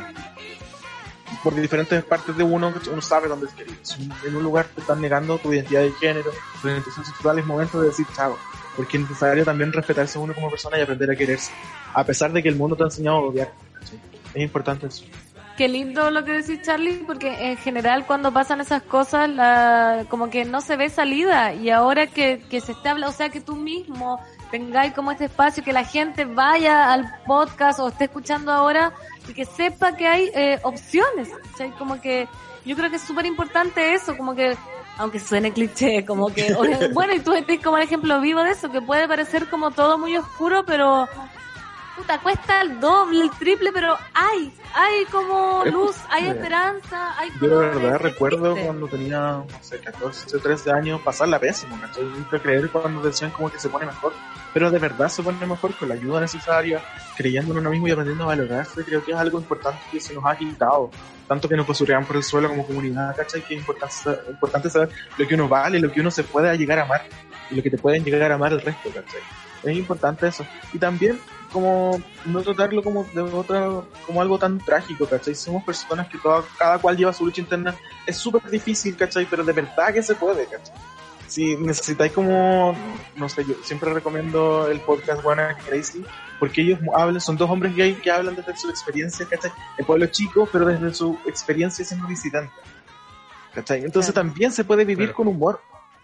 Por diferentes partes de uno, uno sabe dónde es querido. Si en un lugar te están negando tu identidad de género, tu orientación sexual, es momento de decir chao. Porque es necesario también respetarse a uno como persona y aprender a quererse. A pesar de que el mundo te ha enseñado a odiar. ¿Sí? Es importante eso. Qué lindo lo que decís, Charlie, porque en general cuando pasan esas cosas, la, como que no se ve salida. Y ahora que, que se está hablando, o sea, que tú mismo tengáis como este espacio, que la gente vaya al podcast o esté escuchando ahora y que sepa que hay eh, opciones. O sea, como que yo creo que es súper importante eso, como que, aunque suene cliché, como que, o- bueno, y tú estés como el ejemplo vivo de eso, que puede parecer como todo muy oscuro, pero puta, cuesta el doble, el triple, pero hay, hay como Es luz, hay posible. esperanza, hay Yo de colores, verdad recuerdo existe. cuando tenía, no sé, catorce, trece años, pasarla pésimo, ¿cachai? Nunca creer cuando decían como que se pone mejor, pero de verdad se pone mejor con la ayuda necesaria, creyendo en uno mismo y aprendiendo a valorarse. Creo que es algo importante que se nos ha quitado, tanto que nos basurean por el suelo como comunidad, ¿cachai? Que es importante, sa- importante saber lo que uno vale, lo que uno se puede llegar a amar y lo que te pueden llegar a amar el resto, ¿cachai? Es importante eso. Y también como no tratarlo como de otra, como algo tan trágico, ¿cachai? Somos personas que toda, cada cual lleva su lucha interna. Es súper difícil, ¿cachai? Pero de verdad que se puede, ¿cachai? Si necesitáis como, no sé, yo siempre recomiendo el podcast Wanna Crazy, porque ellos hablan, son dos hombres gay que hablan desde su experiencia, ¿cachai? En pueblos chicos, pero desde su experiencia siendo disidente, ¿cachai? Entonces claro. También se puede vivir claro. Con humor.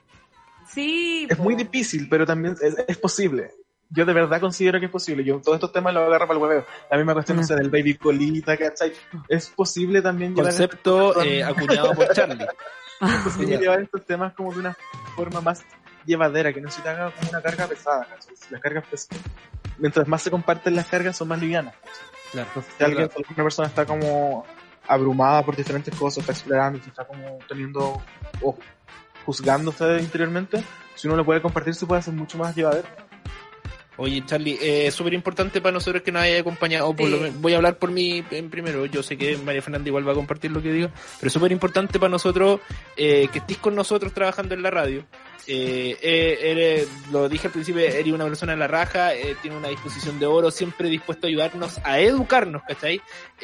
Sí. Es po. Muy difícil, pero también es, es posible. Yo de verdad considero que es posible. Yo todos estos temas los agarro para el hueveo. La misma cuestión, no sé, del baby colita, ¿cachai? Es posible también llevar... Concepto eh, acuñado por Charlie. Es posible yeah. llevar estos temas como de una forma más llevadera, que no se te haga como una carga pesada, ¿cachai? Las cargas pesadas. Mientras más se comparten las cargas, son más livianas. Claro. Entonces, si alguien, claro. Una persona está como abrumada por diferentes cosas, está explorando, está como teniendo... o juzgándose interiormente, si uno lo puede compartir, se puede hacer mucho más llevadero. Oye, Charlie, es eh, súper importante para nosotros que nos haya acompañado. Por lo, voy a hablar por mí en primero. Yo sé que María Fernanda igual va a compartir lo que diga, pero es súper importante para nosotros eh, que estés con nosotros trabajando en la radio. Eh, eh, eres, lo dije al principio, eres una persona en la raja, eh, tiene una disposición de oro, siempre dispuesto a ayudarnos, a educarnos, ¿cachai?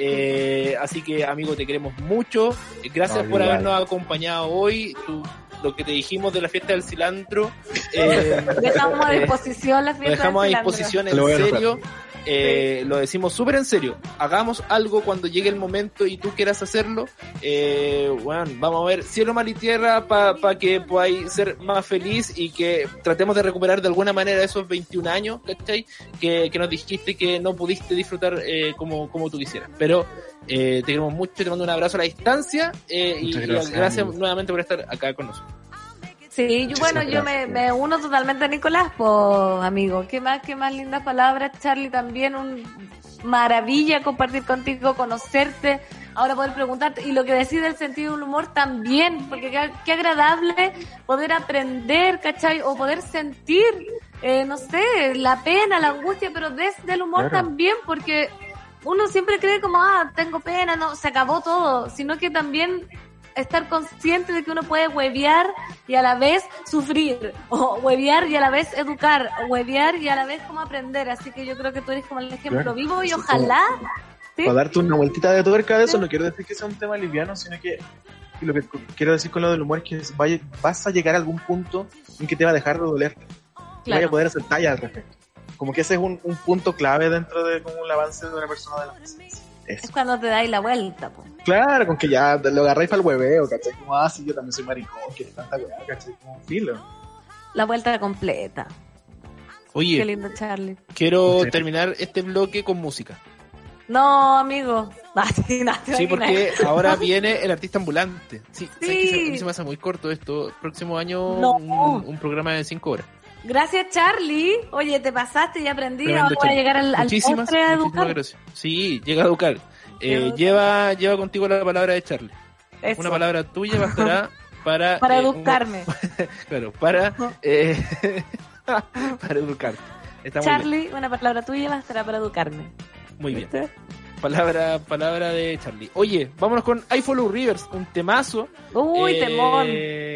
Eh, así que, amigo, te queremos mucho. Gracias no, por igual. habernos acompañado hoy. Tú, lo que te dijimos de la fiesta del cilantro. Eh, dejamos a disposición la fiesta Lo dejamos del a disposición en serio. Eh, sí. Lo decimos súper en serio. Hagamos algo cuando llegue el momento y tú quieras hacerlo. Eh, bueno, vamos a ver cielo, mar y tierra para pa que podáis ser más feliz y que tratemos de recuperar de alguna manera esos veintiún años, ¿cachai? Que, que nos dijiste que no pudiste disfrutar eh, como, como tú quisieras. Pero eh, te queremos mucho, te mando un abrazo a la distancia eh, y gracias, y gracias nuevamente por estar acá con nosotros. Sí, yo, bueno, yo me, me uno totalmente a Nicolás, pues, amigo. Qué más, qué más lindas palabras, Charlie, también un maravilla compartir contigo, conocerte, ahora poder preguntarte, y lo que decís del sentido del humor también, porque qué, qué agradable poder aprender, ¿cachai? O poder sentir, eh, no sé, la pena, la angustia, pero desde el humor claro. también, porque uno siempre cree como, ah, tengo pena, no, se acabó todo, sino que también... estar consciente de que uno puede huevear y a la vez sufrir, o huevear y a la vez educar, o huevear y a la vez como aprender, así que yo creo que tú eres como el ejemplo claro. vivo y ojalá... ¿sí? Para darte una vueltita de tuerca de eso, ¿sí? No quiero decir que sea un tema liviano, sino que, que lo que quiero decir con lo del humor es que vaya, vas a llegar a algún punto en que te va a dejar de doler, claro. Vaya a poder hacer talla al respecto. Como que ese es un, un punto clave dentro de como el avance de una persona de la presencia. Eso. Es cuando te dais la vuelta, po. Claro, con que ya lo agarráis para el hueveo, ¿cachai? Como, ah, sí, yo también soy maricón, que tanta weá, ¿cachai? Como filo. La vuelta completa. Oye, qué lindo, Charlie. Quiero sí. terminar este bloque con música. No, amigo. Sí, porque ahora viene el artista ambulante. Sí, sí. ¿sabes que a mí se me hace muy corto esto. Próximo año, no. un, un programa de cinco horas. Gracias, Charlie. Oye, te pasaste y aprendí. Tremendo, ahora voy a llegar al, al muchísimas, postre a educar. Gracias. Sí, llega a educar. Eh, lleva, lleva contigo la palabra de Charlie. Eso. Una palabra tuya bastará para... para eh, educarme. Un... claro, para... Eh... para educarte. Está Charlie, una palabra tuya bastará para educarme. Muy bien. ¿Viste? Palabra, palabra de Charlie. Oye, vámonos con I Follow Rivers, un temazo. Uy, eh, temón.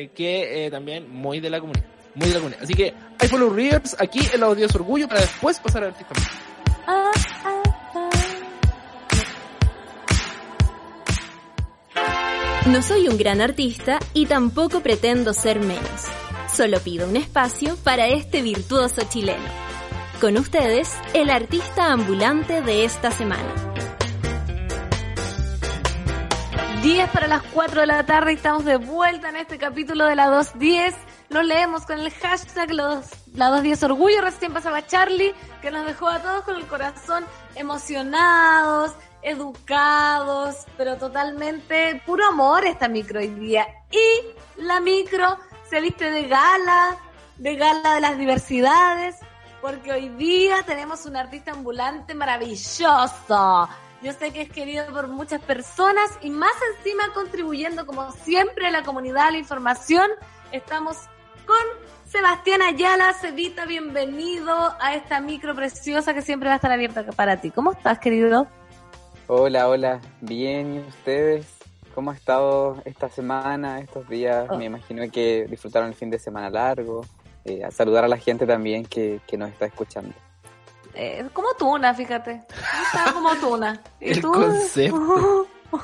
Que eh, también muy de la comunidad. Muy de la comunidad. Así que I Follow Rivers aquí en Los Días Orgullo para después pasar al artista. Ah, ah, ah. No soy un gran artista y tampoco pretendo ser menos. Solo pido un espacio para este virtuoso chileno. Con ustedes, el artista ambulante de esta semana. diez para las cuatro de la tarde y estamos de vuelta en este capítulo de la dos diez. Lo leemos con el hashtag los, la dos diez Orgullo. Recién pasaba Charlie, que nos dejó a todos con el corazón emocionados, educados, pero totalmente puro amor esta micro hoy día. Y la micro se viste de gala, de gala de las diversidades, porque hoy día tenemos un artista ambulante maravilloso. Yo sé que es querido por muchas personas y más encima contribuyendo como siempre a la comunidad, a la información. Estamos con Sebastián Ayala. Cevita, bienvenido a esta micro preciosa que siempre va a estar abierta para ti. ¿Cómo estás, querido? Hola, hola. Bien, ¿y ustedes? ¿Cómo ha estado esta semana, estos días? Oh. Me imagino que disfrutaron el fin de semana largo. Eh, a saludar a la gente también que, que nos está escuchando. Eh, como tuna, fíjate. Estaba como tuna. ¿Y El tú? concepto.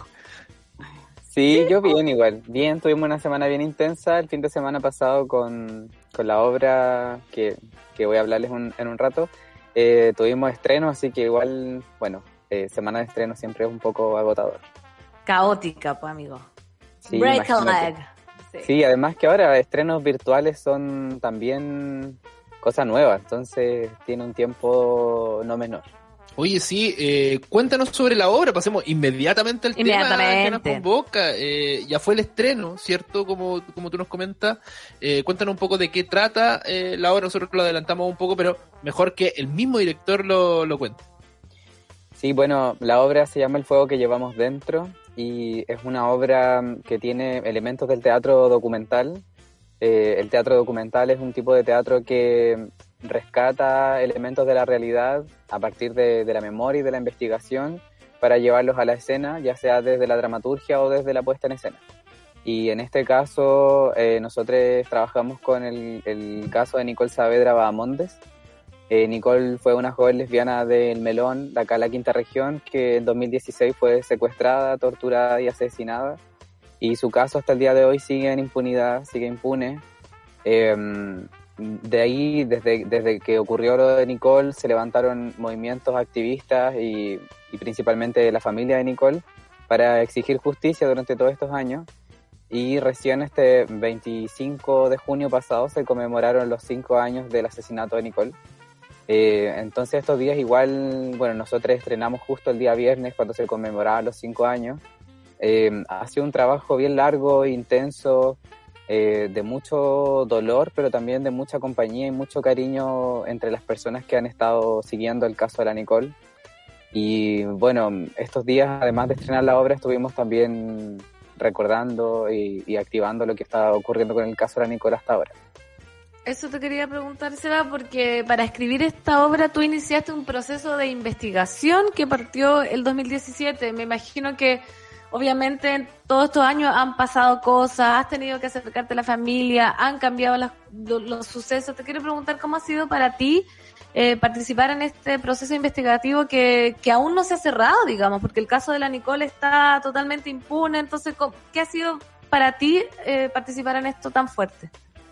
Sí, yo bien igual. Bien, tuvimos una semana bien intensa el fin de semana pasado con, con la obra que, que voy a hablarles un, en un rato. Eh, tuvimos estreno, así que igual, bueno, eh, semana de estreno siempre es un poco agotador. Caótica, pues, amigo. Sí, Break a imagínate. leg. Sí. Sí, además que ahora estrenos virtuales son también cosas nuevas, entonces tiene un tiempo no menor. Oye, sí, eh, cuéntanos sobre la obra, pasemos inmediatamente al tema que nos Inmediatamente. convoca. Eh, ya fue el estreno, ¿cierto? Como, como tú nos comentas. Eh, cuéntanos un poco de qué trata eh, la obra, nosotros lo adelantamos un poco, pero mejor que el mismo director lo, lo cuente. Sí, bueno, la obra se llama El fuego que llevamos dentro y es una obra que tiene elementos del teatro documental. Eh, el teatro documental es un tipo de teatro que rescata elementos de la realidad a partir de, de la memoria y de la investigación para llevarlos a la escena, ya sea desde la dramaturgia o desde la puesta en escena. Y en este caso, eh, nosotros trabajamos con el, el caso de Nicole Saavedra Bahamondes. Eh, Nicole fue una joven lesbiana del Melón, de acá en la Quinta Región, que en dos mil dieciséis fue secuestrada, torturada y asesinada. Y su caso hasta el día de hoy sigue en impunidad, sigue impune. Eh, de ahí, desde, desde que ocurrió lo de Nicole, se levantaron movimientos activistas y, y principalmente la familia de Nicole para exigir justicia durante todos estos años. Y recién este veinticinco de junio pasado se conmemoraron los cinco años del asesinato de Nicole. Eh, entonces estos días igual, bueno, nosotros estrenamos justo el día viernes cuando se conmemoraban los cinco años. Eh, ha sido un trabajo bien largo, intenso, eh, de mucho dolor, pero también de mucha compañía y mucho cariño entre las personas que han estado siguiendo el caso de la Nicole. Y bueno, estos días, además de estrenar la obra, estuvimos también recordando y, y activando lo que está ocurriendo con el caso de la Nicole hasta ahora. Eso te quería preguntar, Seba, porque para escribir esta obra tú iniciaste un proceso de investigación que partió el dos mil diecisiete. Me imagino que obviamente en todos estos años han pasado cosas, has tenido que acercarte a la familia, han cambiado las, los, los sucesos. Te quiero preguntar cómo ha sido para ti eh, participar en este proceso investigativo que, que aún no se ha cerrado, digamos, porque el caso de la Nicole está totalmente impune. Entonces, ¿qué ha sido para ti eh, participar en esto tan fuerte?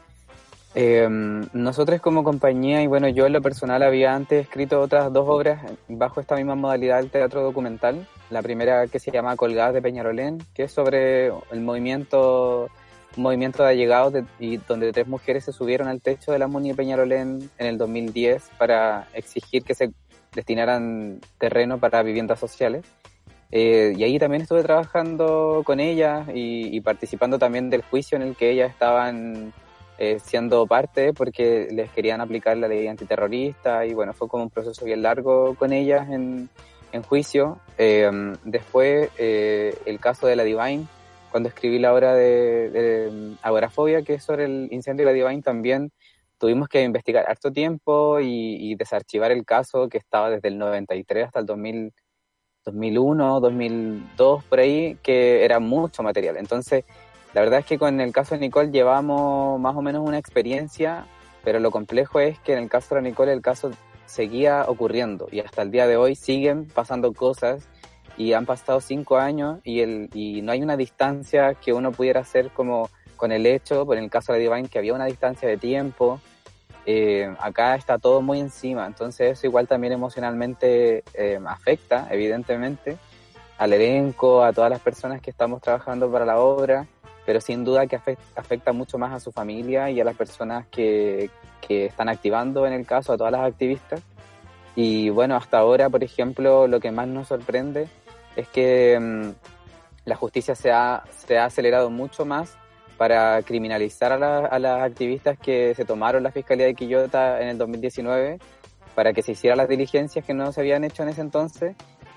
Eh, nosotros como compañía, y bueno, yo en lo personal había antes escrito otras dos obras bajo esta misma modalidad del teatro documental. La primera que se llama Colgadas de Peñarolén, que es sobre el movimiento, un movimiento de allegados de, y donde tres mujeres se subieron al techo de la Muni de Peñarolén en el dos mil diez para exigir que se destinaran terreno para viviendas sociales. Eh, y ahí también estuve trabajando con ellas y, y participando también del juicio en el que ellas estaban Eh, siendo parte porque les querían aplicar la ley antiterrorista y bueno, fue como un proceso bien largo con ellas en, en juicio. Eh, después eh, el caso de la Divine, cuando escribí la obra de, de Agorafobia, que es sobre el incendio de la Divine, también tuvimos que investigar harto tiempo y, y desarchivar el caso que estaba desde el noventa y tres hasta el dos mil, dos mil uno, dos mil dos, por ahí, que era mucho material. Entonces la verdad es que con el caso de Nicole llevamos más o menos una experiencia, pero lo complejo es que en el caso de Nicole el caso seguía ocurriendo y hasta el día de hoy siguen pasando cosas y han pasado cinco años y, el, y no hay una distancia que uno pudiera hacer como con el hecho, por el caso de Divine, que había una distancia de tiempo. Eh, acá está todo muy encima, entonces eso igual también emocionalmente eh, afecta, evidentemente, al elenco, a todas las personas que estamos trabajando para la obra, pero sin duda que afecta, afecta mucho más a su familia y a las personas que, que están activando en el caso, a todas las activistas. Y bueno, hasta ahora, por ejemplo, lo que más nos sorprende es que um, la justicia se ha, se ha acelerado mucho más para criminalizar a, la, a las activistas que se tomaron la Fiscalía de Quillota en el dos mil diecinueve para que se hicieran las diligencias que no se habían hecho en ese entonces.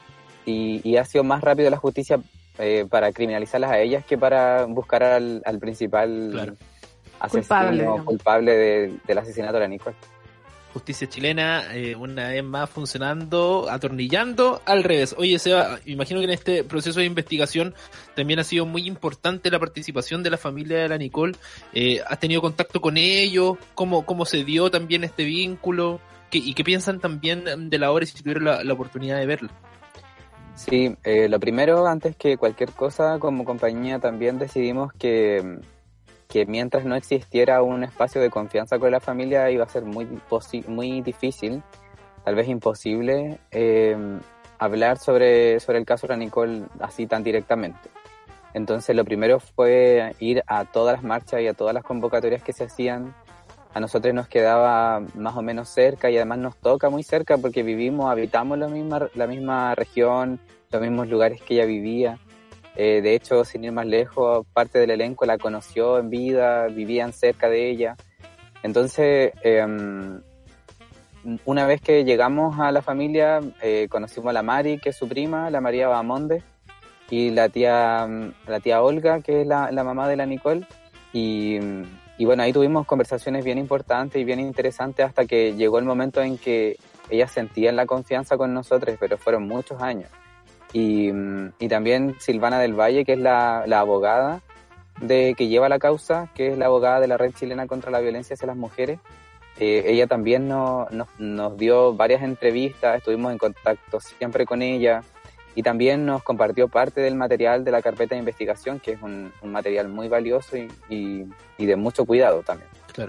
Y, y ha sido más rápido la justicia Eh, para criminalizarlas a ellas que para buscar al, al principal Claro. asesino Culpable, culpable de, del asesinato de la Nicole. Justicia chilena, eh, una vez más funcionando, atornillando al revés. Oye, Seba, imagino que en este proceso de investigación también ha sido muy importante la participación de la familia de la Nicole. Eh, ¿Has tenido contacto con ellos? ¿Cómo, cómo se dio también este vínculo? qué, y qué piensan también de la obra y si tuvieron la, la oportunidad de verla. Sí, eh, lo primero, antes que cualquier cosa, como compañía también decidimos que, que mientras no existiera un espacio de confianza con la familia iba a ser muy, posi- muy difícil, tal vez imposible, eh, hablar sobre, sobre el caso de la Nicole así tan directamente. Entonces lo primero fue ir a todas las marchas y a todas las convocatorias que se hacían. A nosotros nos quedaba más o menos cerca y además nos toca muy cerca porque vivimos, habitamos la misma, la misma región, los mismos lugares que ella vivía. Eh, de hecho, sin ir más lejos, parte del elenco la conoció en vida, vivían cerca de ella. Entonces, eh, una vez que llegamos a la familia, eh, conocimos a la Mari, que es su prima, la María Bahamonde, y la tía, la tía Olga, que es la, la mamá de la Nicole, y... Y bueno, ahí tuvimos conversaciones bien importantes y bien interesantes hasta que llegó el momento en que ellas sentían la confianza con nosotros, pero fueron muchos años. Y, y también Silvana del Valle, que es la, la abogada de que lleva la causa, que es la abogada de la Red Chilena contra la Violencia hacia las Mujeres. Eh, ella también no, nos, nos dio varias entrevistas, estuvimos en contacto siempre con ella. Y también nos compartió parte del material de la carpeta de investigación, que es un, un material muy valioso y, y, y de mucho cuidado también. Claro.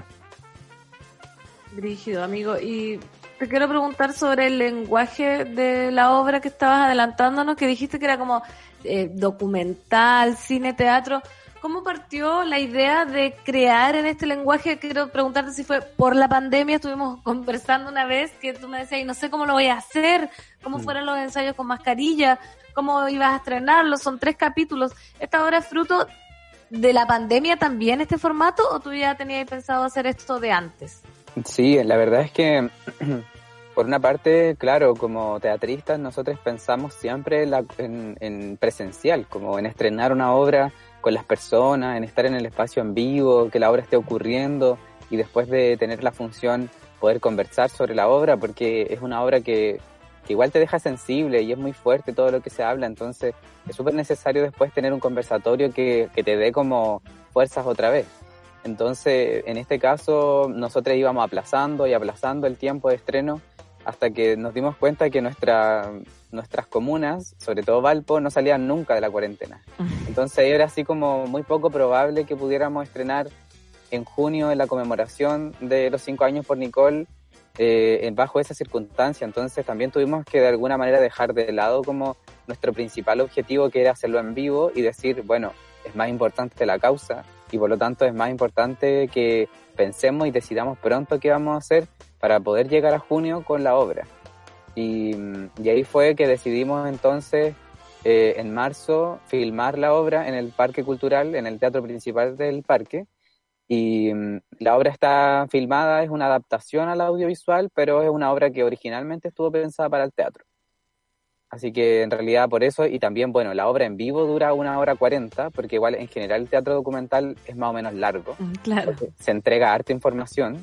Brígido, amigo. Y te quiero preguntar sobre el lenguaje de la obra que estabas adelantándonos, que dijiste que era como eh, documental, cine, teatro. ¿Cómo partió la idea de crear en este lenguaje? Quiero preguntarte si fue por la pandemia. Estuvimos conversando una vez que tú me decías, y no sé cómo lo voy a hacer, cómo fueron los ensayos con mascarilla, cómo ibas a estrenarlo. Son tres capítulos. ¿Esta obra es fruto de la pandemia también, este formato, o tú ya tenías pensado hacer esto de antes? Sí, la verdad es que, por una parte, claro, como teatristas, nosotros pensamos siempre la, en, en presencial, como en estrenar una obra con las personas, en estar en el espacio en vivo, que la obra esté ocurriendo y después de tener la función poder conversar sobre la obra, porque es una obra que, que igual te deja sensible y es muy fuerte todo lo que se habla, entonces es súper necesario después tener un conversatorio que, que te dé como fuerzas otra vez. Entonces, en este caso, nosotros íbamos aplazando y aplazando el tiempo de estreno hasta que nos dimos cuenta que nuestra, nuestras comunas, sobre todo Valpo, no salían nunca de la cuarentena. Entonces era así como muy poco probable que pudiéramos estrenar en junio en la conmemoración de los cinco años por Nicole eh, bajo esa circunstancia. Entonces también tuvimos que de alguna manera dejar de lado como nuestro principal objetivo, que era hacerlo en vivo y decir, bueno, es más importante la causa y por lo tanto es más importante que pensemos y decidamos pronto qué vamos a hacer para poder llegar a junio con la obra. Y, y ahí fue que decidimos entonces eh, en marzo filmar la obra en el Parque Cultural, en el teatro principal del parque. Y um, la obra está filmada, es una adaptación al audiovisual, pero es una obra que originalmente estuvo pensada para el teatro. Así que en realidad por eso, y también, bueno, la obra en vivo dura una hora cuarenta, porque igual en general el teatro documental es más o menos largo. Claro. Se entrega harta información.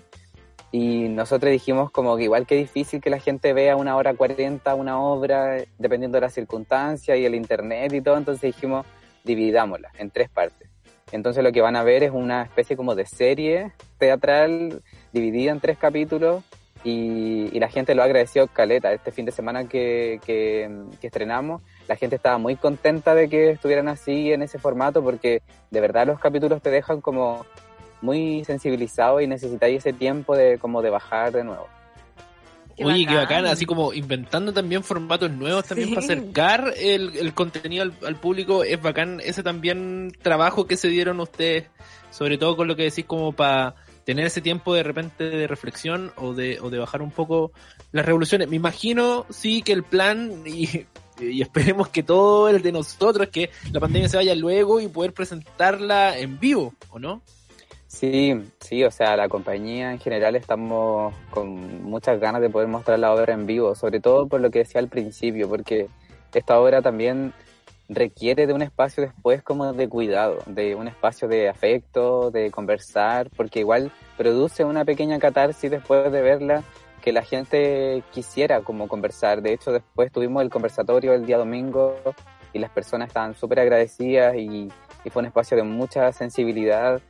Y nosotros dijimos como que igual que difícil que la gente vea una hora cuarenta una obra, dependiendo de las circunstancias y el internet y todo, entonces dijimos, dividámosla en tres partes. Entonces lo que van a ver es una especie como de serie teatral dividida en tres capítulos y, y la gente lo ha agradecido caleta. Este fin de semana que, que, que estrenamos, la gente estaba muy contenta de que estuvieran así en ese formato porque de verdad los capítulos te dejan como muy sensibilizado y necesitáis ese tiempo de como de bajar de nuevo. Qué Oye, bacán. Qué bacán, así como inventando también formatos nuevos también sí. Para acercar el, el contenido al, al público. Es bacán ese también trabajo que se dieron ustedes, sobre todo con lo que decís como para tener ese tiempo de repente de reflexión o de, o de bajar un poco las revoluciones. Me imagino, sí, que el plan, y, y esperemos que todo el de nosotros, que la pandemia se vaya luego y poder presentarla en vivo, ¿o no? Sí, sí, o sea, la compañía en general estamos con muchas ganas de poder mostrar la obra en vivo, sobre todo por lo que decía al principio, porque esta obra también requiere de un espacio después como de cuidado, de un espacio de afecto, de conversar, porque igual produce una pequeña catarsis después de verla que la gente quisiera como conversar. De hecho, después tuvimos el conversatorio el día domingo y las personas estaban súper agradecidas y, y fue un espacio de mucha sensibilidad.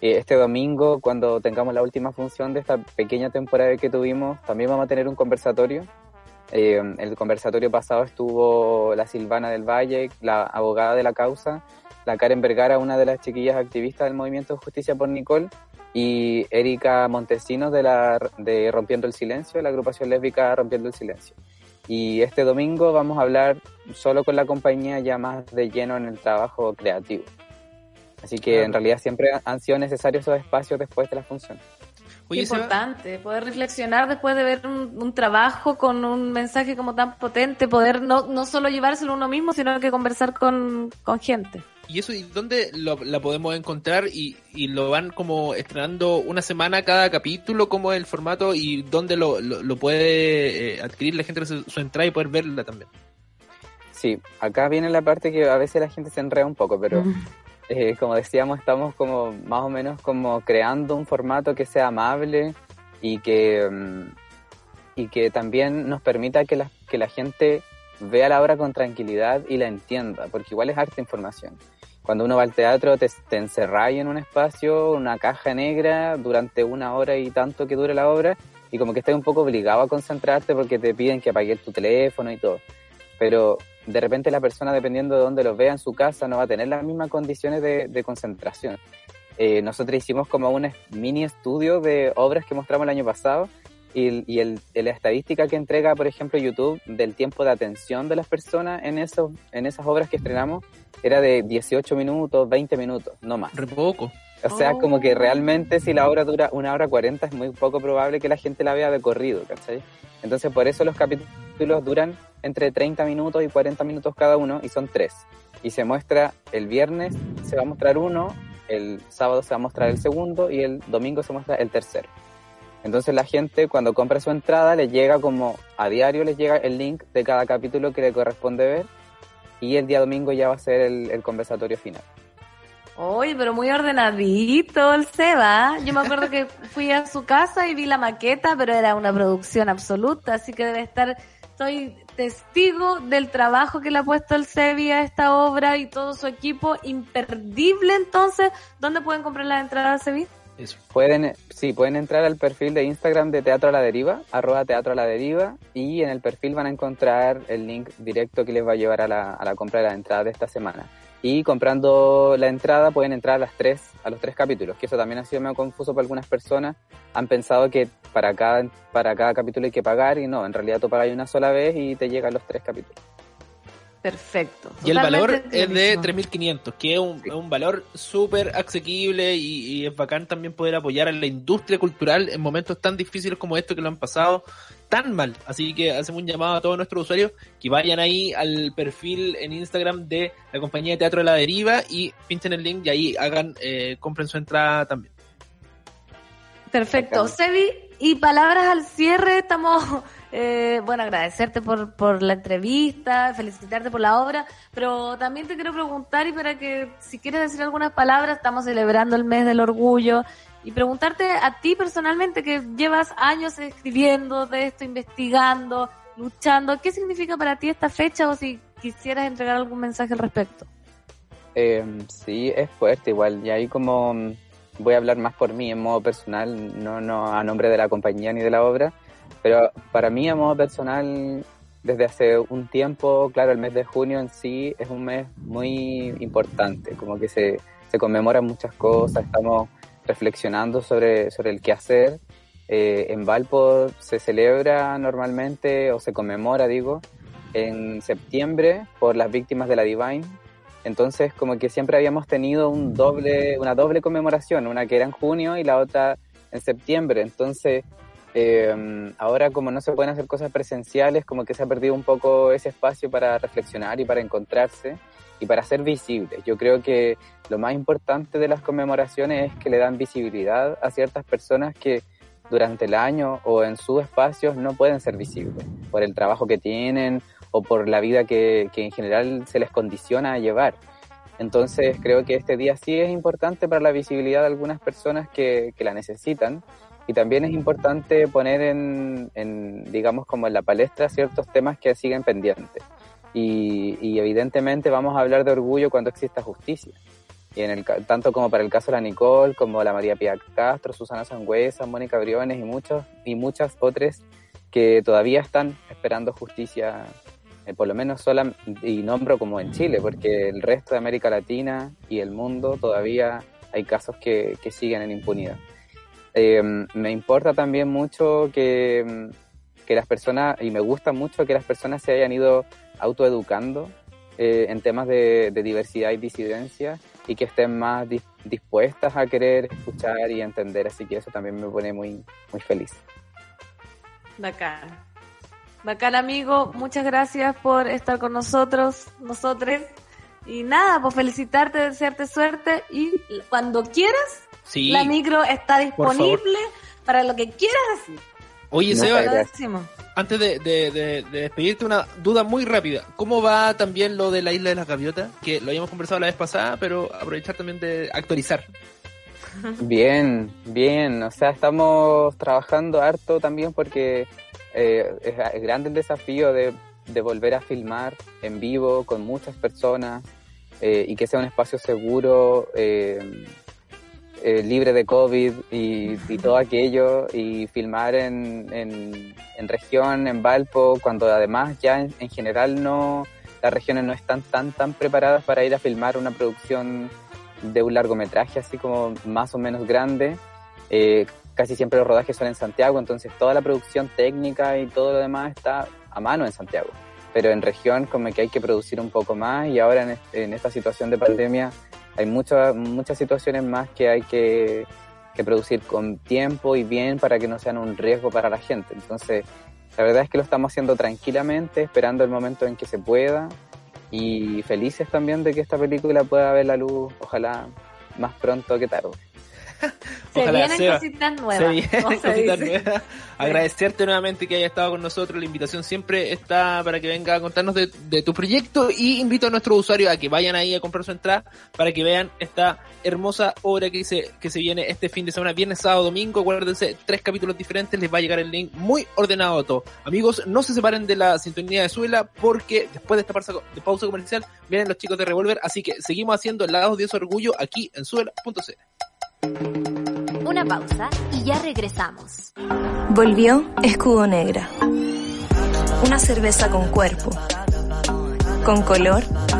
Eh, este domingo, cuando tengamos la última función de esta pequeña temporada que tuvimos, también vamos a tener un conversatorio. Eh, el conversatorio pasado estuvo la Silvana del Valle, la abogada de la causa, la Karen Vergara, una de las chiquillas activistas del Movimiento Justicia por Nicole, y Erika Montesinos de, la, de Rompiendo el Silencio, la agrupación lésbica Rompiendo el Silencio. Y este domingo vamos a hablar solo con la compañía, ya más de lleno en el trabajo creativo. Así que claro, en realidad siempre han sido necesarios esos espacios después de la función. Oye, importante, poder reflexionar después de ver un, un trabajo con un mensaje como tan potente, poder no, no solo llevárselo uno mismo, sino que conversar con, con gente. ¿Y eso y dónde lo, la podemos encontrar? Y, y lo van como estrenando una semana cada capítulo, como el formato, y dónde lo, lo, lo puede eh, adquirir la gente su, su entrada y poder verla también. Sí, acá viene la parte que a veces la gente se enreda un poco, pero... Mm. Eh, como decíamos, estamos como más o menos como creando un formato que sea amable y que um, y que también nos permita que la, que la gente vea la obra con tranquilidad y la entienda, porque igual es harta información. Cuando uno va al teatro te, te encerráis en un espacio, una caja negra durante una hora y tanto que dure la obra, y como que estás un poco obligado a concentrarte porque te piden que apagues tu teléfono y todo. Pero de repente la persona, dependiendo de dónde lo vea en su casa, no va a tener las mismas condiciones de, de concentración. Eh, nosotros hicimos como un mini estudio de obras que mostramos el año pasado, y, y el, la estadística que entrega, por ejemplo, YouTube del tiempo de atención de las personas en, esos, en esas obras que estrenamos era de dieciocho minutos, veinte minutos, no más. Re poco. O sea, oh. como que realmente si la obra dura una hora cuarenta es muy poco probable que la gente la vea de corrido, ¿cachai? Entonces por eso los capítulos duran entre treinta minutos y cuarenta minutos cada uno, y son tres. Y se muestra el viernes, se va a mostrar uno, el sábado se va a mostrar el segundo y el domingo se muestra el tercero. Entonces la gente, cuando compra su entrada, les llega como a diario, les llega el link de cada capítulo que le corresponde ver, y el día domingo ya va a ser el, el conversatorio final. Oye, pero muy ordenadito el Seba. Yo me acuerdo que fui a su casa y vi la maqueta, pero era una producción absoluta, así que debe estar... Soy testigo del trabajo que le ha puesto el Sebi a esta obra y todo su equipo, imperdible. Entonces, ¿dónde pueden comprar las entradas, Sebi? Eso. Pueden, sí, pueden entrar al perfil de Instagram de Teatro a la Deriva, arroba Teatro a la Deriva, y en el perfil van a encontrar el link directo que les va a llevar a la, a la compra de la entrada de esta semana. Y comprando la entrada pueden entrar a las tres, a los tres capítulos, que eso también ha sido medio confuso para algunas personas. Han pensado que para cada, para cada capítulo hay que pagar, y no, en realidad tú pagas una sola vez y te llegan los tres capítulos. Perfecto. Y el valor es de tres mil quinientos, que es un, sí. un valor súper asequible, y, y es bacán también poder apoyar a la industria cultural en momentos tan difíciles como estos que lo han pasado tan mal. Así que hacemos un llamado a todos nuestros usuarios que vayan ahí al perfil en Instagram de la compañía de Teatro de la Deriva y pinchen el link y ahí hagan, eh, compren su entrada también. Perfecto. Sebi, y palabras al cierre, estamos... Eh, bueno, agradecerte por, por la entrevista, felicitarte por la obra, pero también te quiero preguntar, y para que si quieres decir algunas palabras, estamos celebrando el mes del orgullo, y preguntarte a ti personalmente, que llevas años escribiendo de esto, investigando, luchando, ¿qué significa para ti esta fecha, o si quisieras entregar algún mensaje al respecto? Eh, sí, es fuerte igual, y ahí como voy a hablar más por mí en modo personal, no, no a nombre de la compañía ni de la obra. Pero para mí, a modo personal, desde hace un tiempo, claro, el mes de junio en sí es un mes muy importante, como que se, se conmemoran muchas cosas, estamos reflexionando sobre, sobre el qué hacer. Eh, en Valpo se celebra normalmente, o se conmemora, digo, en septiembre por las víctimas de la Divine. Entonces, como que siempre habíamos tenido un doble, una doble conmemoración, una que era en junio y la otra en septiembre. Entonces... Eh, ahora, como no se pueden hacer cosas presenciales, como que se ha perdido un poco ese espacio para reflexionar y para encontrarse y para ser visibles. Yo creo que lo más importante de las conmemoraciones es que le dan visibilidad a ciertas personas que durante el año o en sus espacios no pueden ser visibles por el trabajo que tienen o por la vida que, que en general se les condiciona a llevar. Entonces creo que este día sí es importante para la visibilidad de algunas personas que, que la necesitan. Y también es importante poner en, en, digamos, como en la palestra ciertos temas que siguen pendientes. Y, y evidentemente vamos a hablar de orgullo cuando exista justicia. y en el, tanto como para el caso de la Nicole, como la María Pía Castro, Susana Sangüesa, Mónica Briones y muchos y muchas otras que todavía están esperando justicia, eh, por lo menos sola, y nombro como en Chile, porque el resto de América Latina y el mundo todavía hay casos que, que siguen en impunidad. Eh, me importa también mucho que, que las personas, y me gusta mucho que las personas se hayan ido autoeducando eh, en temas de, de diversidad y disidencia, y que estén más dis- dispuestas a querer escuchar y entender, así que eso también me pone muy, muy feliz. Bacán. Bacán, amigo. Muchas gracias por estar con nosotros, nosotros. Y nada, pues felicitarte, desearte suerte. Y cuando quieras, Sí, la micro está por favor. disponible para lo que quieras decir. Oye, Muchas Seba, Lo gracias. decimos. antes de, de, de, de despedirte, una duda muy rápida. ¿Cómo va también lo de la Isla de las Gaviotas? Que lo habíamos conversado la vez pasada, pero aprovechar también de actualizar. Bien, bien, o sea, estamos trabajando harto también porque eh, es, es grande el desafío de, de volver a filmar en vivo con muchas personas eh, y que sea un espacio seguro, eh, eh, libre de COVID y, y todo aquello, y filmar en, en, en región, en Valpo, cuando además ya en, en general no, las regiones no están tan, tan preparadas para ir a filmar una producción de un largometraje así como más o menos grande. Eh, casi siempre los rodajes son en Santiago, entonces toda la producción técnica y todo lo demás está a mano en Santiago, pero en región como que hay que producir un poco más, y ahora en, este, en esta situación de pandemia hay muchas muchas situaciones más que hay que, que producir con tiempo y bien para que no sean un riesgo para la gente. Entonces la verdad es que lo estamos haciendo tranquilamente, esperando el momento en que se pueda, y felices también de que esta película pueda ver la luz, ojalá más pronto que tarde. Se Ojalá, vienen Seba. cositas Se nuevas. vienen ¿cómo se cositas dice? nuevas. Agradecerte nuevamente que hayas estado con nosotros. La invitación siempre está para que venga a contarnos de, de tu proyecto, y invito a nuestros usuarios a que vayan ahí a comprar su entrada para que vean esta hermosa obra que se, que se viene este fin de semana, viernes, sábado, domingo. Acuérdense, tres capítulos diferentes, les va a llegar el link muy ordenado a todo. Amigos, no se separen de la sintonía de Suela, porque después de esta pausa, de pausa comercial vienen los chicos de Revolver, así que seguimos haciendo Lados de Orgullo aquí en suela punto c l. Una pausa y ya regresamos. Volvió Escudo Negra. Una cerveza con cuerpo, con color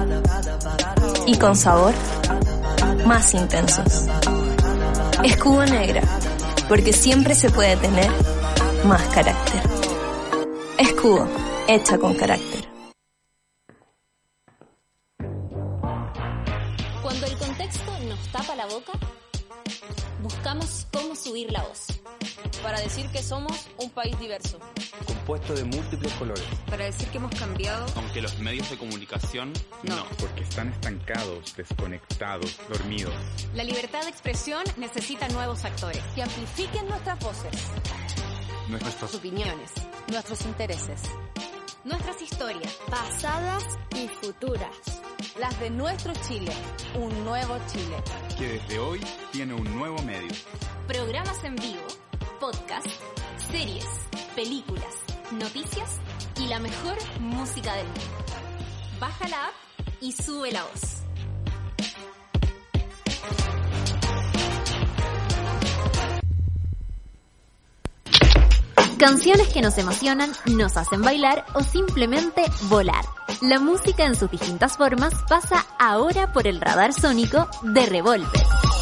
y con sabor más intensos. Escudo Negra, porque siempre se puede tener más carácter. Escudo, hecha con carácter. Cuando el contexto nos tapa la boca, buscamos cómo subir la voz. Para decir que somos un país diverso, compuesto de múltiples colores. para decir que hemos cambiado, Aunque los medios de comunicación no. Porque están estancados, desconectados, dormidos. La libertad de expresión necesita nuevos actores. que amplifiquen nuestras voces, Nuestros Opiniones, nuestros intereses, nuestras historias. pasadas y futuras. las de nuestro Chile, un nuevo Chile. Que desde hoy tiene un nuevo medio. Programas en vivo, podcast, series, películas, noticias y la mejor música del mundo. Baja la app y sube la voz. Canciones que nos emocionan, nos hacen bailar o simplemente volar. La música en sus distintas formas pasa ahora por el radar sónico de Revolver.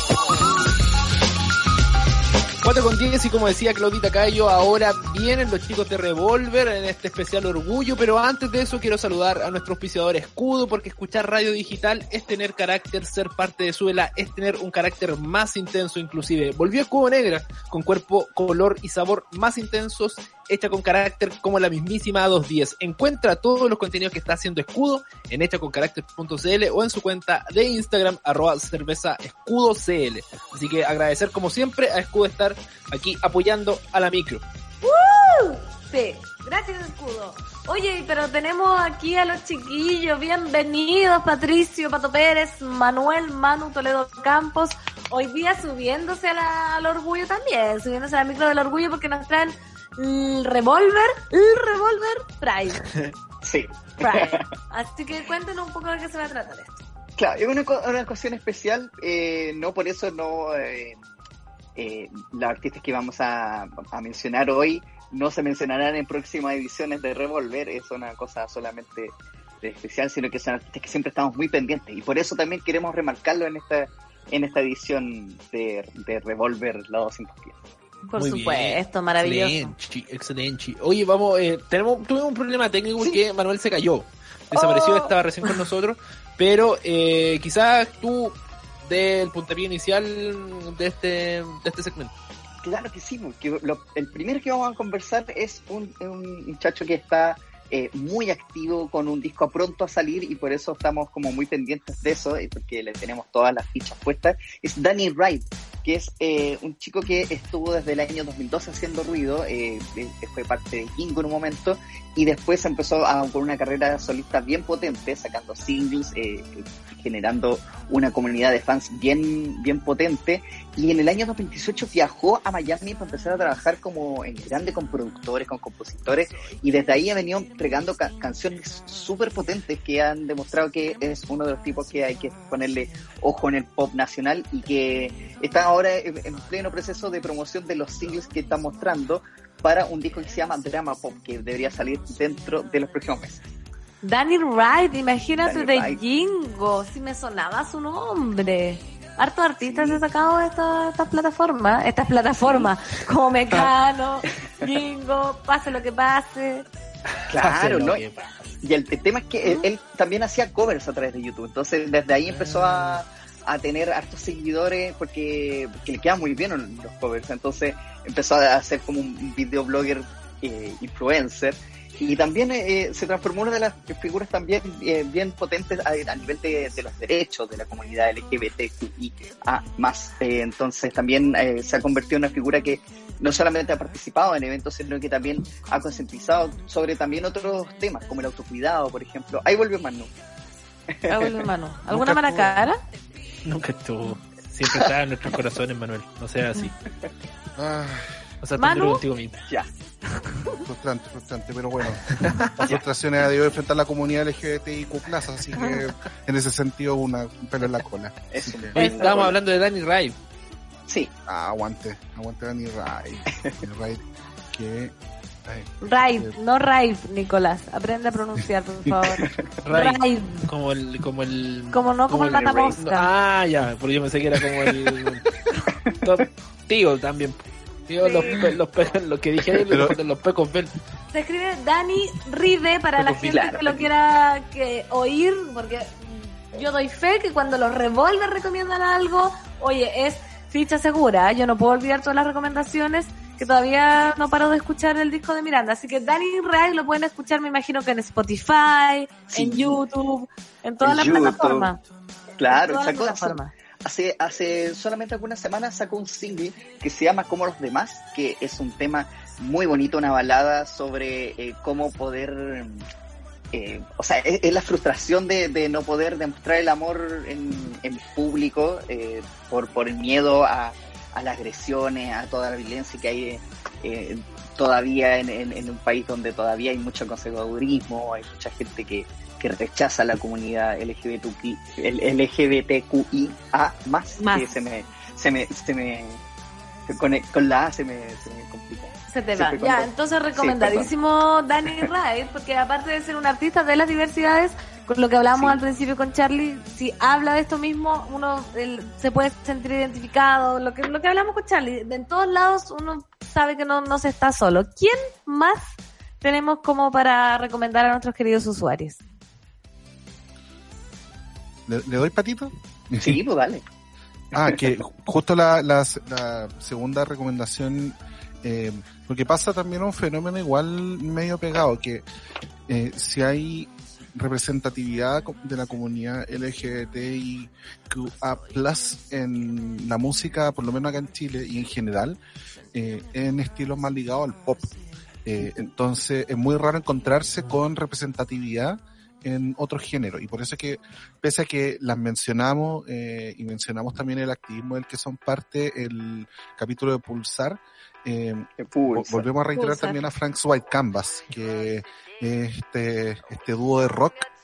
cuatro con diez, y como decía Claudita Cayo, ahora vienen los chicos de Revolver en este especial Orgullo, pero antes de eso quiero saludar a nuestro auspiciador Escudo, porque escuchar radio digital es tener carácter, ser parte de Suela es tener un carácter más intenso inclusive. Volvió Escudo Negra, con cuerpo, color y sabor más intensos, hecha con carácter como la mismísima A doscientos diez. Encuentra todos los contenidos que está haciendo Escudo en hecha con carácter punto c l o en su cuenta de Instagram, arroba cerveza escudo cl. Así que agradecer como siempre a Escudo estar aquí apoyando a la micro. ¡Uh! Sí, gracias, Escudo. Oye, pero tenemos aquí a los chiquillos. Bienvenidos, Patricio, Pato Pérez, Manuel, Manu, Toledo Campos. Hoy día subiéndose a la, al Orgullo también, subiéndose a la micro del Orgullo, porque nos traen el Revolver, el Revolver Prime. Sí. Prime. Así que cuéntenos un poco de qué se va a tratar esto. Claro, es una, una ocasión especial, eh, no por eso no eh, eh, los artistas que vamos a, a mencionar hoy no se mencionarán en próximas ediciones de Revolver, es una cosa solamente de especial, sino que son artistas que siempre estamos muy pendientes y por eso también queremos remarcarlo en esta en esta edición de, de Revolver la doscientos diez. Por Muy supuesto, bien. maravilloso. Excelente, excelente. Oye, vamos, eh, tenemos, tuvimos un problema técnico porque sí. Manuel se cayó. Desapareció, oh. estaba recién con nosotros. Pero eh, quizás tú del puntapié inicial de este, de este segmento. Claro que sí, porque lo, el primero que vamos a conversar es un, un muchacho que está eh, muy activo con un disco pronto a salir y por eso estamos como muy pendientes de eso, y porque le tenemos todas las fichas puestas. Es Danny Wright, que es eh, un chico que estuvo desde el año dos mil doce haciendo ruido, eh, eh, fue parte de Kingo en un momento, y después empezó a, con una carrera solista bien potente, sacando singles, eh, generando una comunidad de fans bien, bien potente, y en el año dos mil dieciocho viajó a Miami para empezar a trabajar como en grande con productores, con compositores, y desde ahí ha venido entregando ca- canciones súper potentes que han demostrado que es uno de los tipos que hay que ponerle ojo en el pop nacional y que está ahora en, en pleno proceso de promoción de los singles que está mostrando para un disco que se llama Drama Pop, que debería salir dentro de los próximos meses. Danny Wright, imagínate, Danny de Wright. Jingo, si me sonaba su nombre. Hartos artistas se han sacado de estas esta plataformas, estas plataformas, como Mecano, Jingo, pase lo que pase. Claro, ¿no? Que pase. Y el, el tema es que él, él también hacía covers a través de YouTube, entonces desde ahí empezó a, a tener hartos seguidores porque, porque le quedan muy bien los covers, entonces empezó a hacer como un videoblogger eh, influencer. Y también eh, se transformó en una de las figuras también eh, bien potentes a, a nivel de, de los derechos de la comunidad L G B T Q I A más. Eh, entonces también eh, se ha convertido en una figura que no solamente ha participado en eventos, sino que también ha concientizado sobre también otros temas, como el autocuidado, por ejemplo. Ahí volvió Manu. Ahí volvió Manu. ¿Alguna mala cara? Nunca estuvo. Siempre estaba en nuestros corazones, Manuel. No sea así. Ah, O sea, Manu. tú contigo mismo. Ya. frustrante, frustrante, pero bueno. La frustración era de hoy enfrentar la comunidad L G B T I Q plus, así que en ese sentido una, un pelo en la cola. Eso. Que, Hoy estábamos hablando de Danny Wright. Sí. ah, aguante, aguante Danny Wright. Danny Wright, que... ay, Raid, no Raid, Nicolás. Aprende a pronunciar, por favor. Wright. Raid. Como el, como el. Como no como el el matamosca. Ah, ya, porque yo pensé que era como el. Top tío también. Tío, Sí. los, pe- los, pe- los que dije ahí, Pero- los, los pecos ven. Se escribe Dani Ride para la Pero gente claro. que lo quiera que oír, porque yo doy fe que cuando los Revolver recomiendan algo, oye, es ficha segura. Yo no puedo olvidar todas las recomendaciones, que todavía no paro de escuchar el disco de Miranda. Así que Danny Wright lo pueden escuchar, me imagino que en Spotify, Sí. en YouTube, en todas En las YouTube. plataformas. Claro, En todas las sacó plataformas. hace, hace solamente algunas semanas sacó un single que se llama Como los demás, que es un tema muy bonito, una balada sobre eh, cómo poder, eh, o sea, es, es la frustración de, de no poder demostrar el amor en, en público eh, por, por el miedo a, a las agresiones, a toda la violencia que hay eh, todavía en, en, en un país donde todavía hay mucho conservadurismo, hay mucha gente que que rechaza a la comunidad L G B T Q I, el L G B T Q I A más, Más. que se me, se me, se me, con, con la A se me, se me complica. Se te Se va. fue Ya, con- entonces Sí, recomendadísimo Danny Wright, porque aparte de ser un artista de las diversidades, con lo que hablábamos Sí. al principio con Charlie, si habla de esto mismo, uno el- se puede sentir identificado, lo que lo que hablamos con Charlie, de en todos lados uno sabe que no, no se está solo. ¿Quién más tenemos como para recomendar a nuestros queridos usuarios? ¿Le, le doy patito? Sí, pues dale. Ah, que justo la, la, la segunda recomendación, eh, porque pasa también un fenómeno igual medio pegado, que eh, si hay representatividad de la comunidad L G B T I Q A plus en la música, por lo menos acá en Chile y en general, eh, en estilos más ligados al pop. Eh, entonces es muy raro encontrarse con representatividad en otros géneros, y por eso es que pese a que las mencionamos eh, y mencionamos también el activismo del que son parte, el capítulo de Pulsar, eh, vo- volvemos a reiterar Pulsar. también a Frank's White Canvas, que es este, este dúo de rock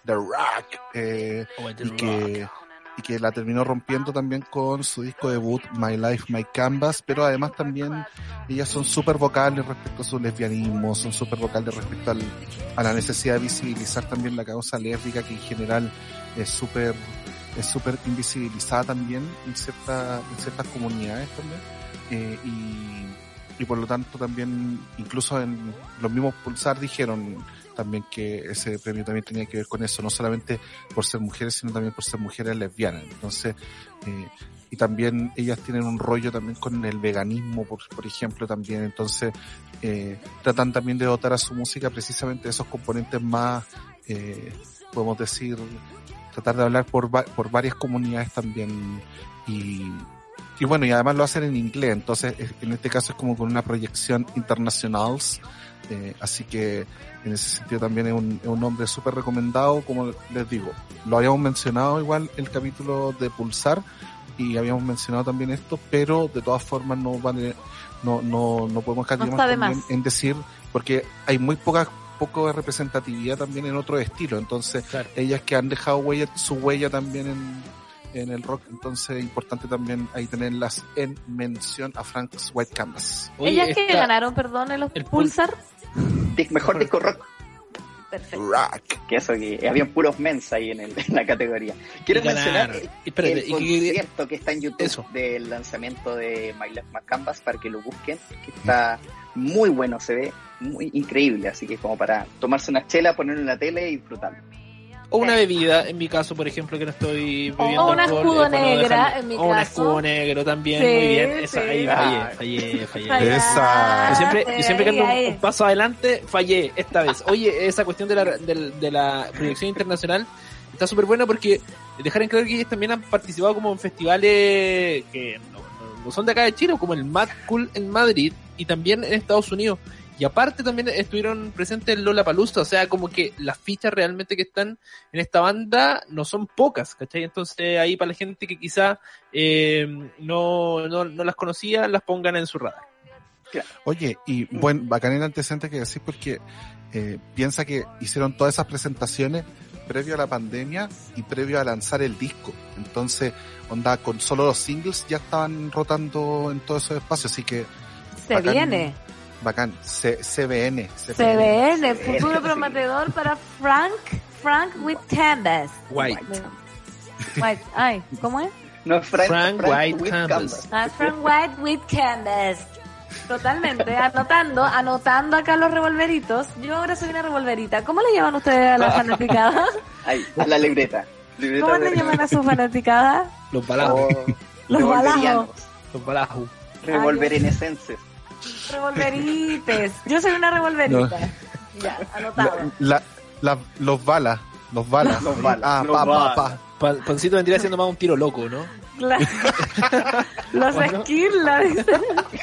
The Rock, eh, Oh, The y que Rock. y que la terminó rompiendo también con su disco debut My Life, My Canvas, pero además también ellas son súper vocales respecto a su lesbianismo, son súper vocales respecto al, a la necesidad de visibilizar también la causa lésbica, que en general es súper es súper invisibilizada también en, cierta, en ciertas comunidades también, eh, y, y por lo tanto también, incluso en los mismos Pulsar dijeron también que ese premio también tenía que ver con eso, no solamente por ser mujeres, sino también por ser mujeres lesbianas. Entonces, eh, y también ellas tienen un rollo también con el veganismo, por, por ejemplo, también. Entonces, eh, tratan también de dotar a su música precisamente de esos componentes más, eh, podemos decir, tratar de hablar por, va- por varias comunidades también. Y, y bueno, y además lo hacen en inglés, entonces en este caso es como con una proyección internacional. Eh, así que en ese sentido también es un, es un nombre súper recomendado, como les digo. Lo habíamos mencionado igual el capítulo de Pulsar y habíamos mencionado también esto, pero de todas formas no vale, no, no, no podemos dejar No está de también más. en decir, porque hay muy poca poco de representatividad también en otro estilo, entonces Claro. ellas que han dejado huella, su huella también en, en el rock, entonces es importante también ahí tenerlas en mención a Frank's White Canvas. Oye, Ellas que esta- ganaron, perdón, en los el pul- Pulsar. Dis- Mejor disco rock. Perfecto. Rock. Que eso, que habían puros mens ahí en, el, en la categoría. Quiero Y ganaron. mencionar el, Espérate, el y que- concierto que está en YouTube Eso. del lanzamiento de My Life, My Canvas para que lo busquen, que está muy bueno, se ve muy increíble, así que como para tomarse una chela, ponerlo en la tele y disfrutarlo. O una bebida, en mi caso, por ejemplo, que no estoy bebiendo O una alcohol, escudo es bueno negra, dejarlo. en mi O un caso. escudo negro también, Sí, muy bien. Esa, sí. ahí Ah. fallé, fallé, fallé. Fallaste, Esa. Yo siempre, yo siempre que ando un- ahí. un paso adelante, fallé esta vez. Oye, esa cuestión de la, de, de la proyección internacional está súper buena porque dejar en claro que ellos también han participado como en festivales que no, no- no son de acá de Chile, como el Mad Cool en Madrid y también en Estados Unidos. Y aparte también estuvieron presentes en Lollapalooza, o sea, como que las fichas realmente que están en esta banda no son pocas, ¿cachai? Entonces ahí para la gente que quizá eh, no, no, no las conocía, las pongan en su radar. Oye, y bueno, bacán el antecedente que decís porque eh, piensa que hicieron todas esas presentaciones previo a la pandemia y previo a lanzar el disco. Entonces, onda, con solo los singles ya estaban rotando en todos esos espacios, así que Se bacán, viene. Bacán, C- CBN. Se viene. Futuro prometedor para Frank. Frank with Canvas. White. White. Ay, ¿cómo es? No, Frank, Frank White with Canvas. Ah, Frank White with Canvas. Totalmente, anotando, anotando acá los revolveritos. Yo ahora soy una revolverita. ¿Cómo le llaman ustedes a la fanaticada? Ahí, a la libreta. libreta ¿Cómo de- le llaman a su fanaticada? Los balajos. Oh, Los revolverianos. balajos. Los balajos. Revolverenesenses. Revolverites. Yo soy una revolverita. Ya, anotado. La, la, los balas, los balas. Los balas, Ah, los pa, pa, balas. pa. Pa- Pancito vendría siendo más un tiro loco, ¿no? La- Los Bueno. esquirlas, dicen.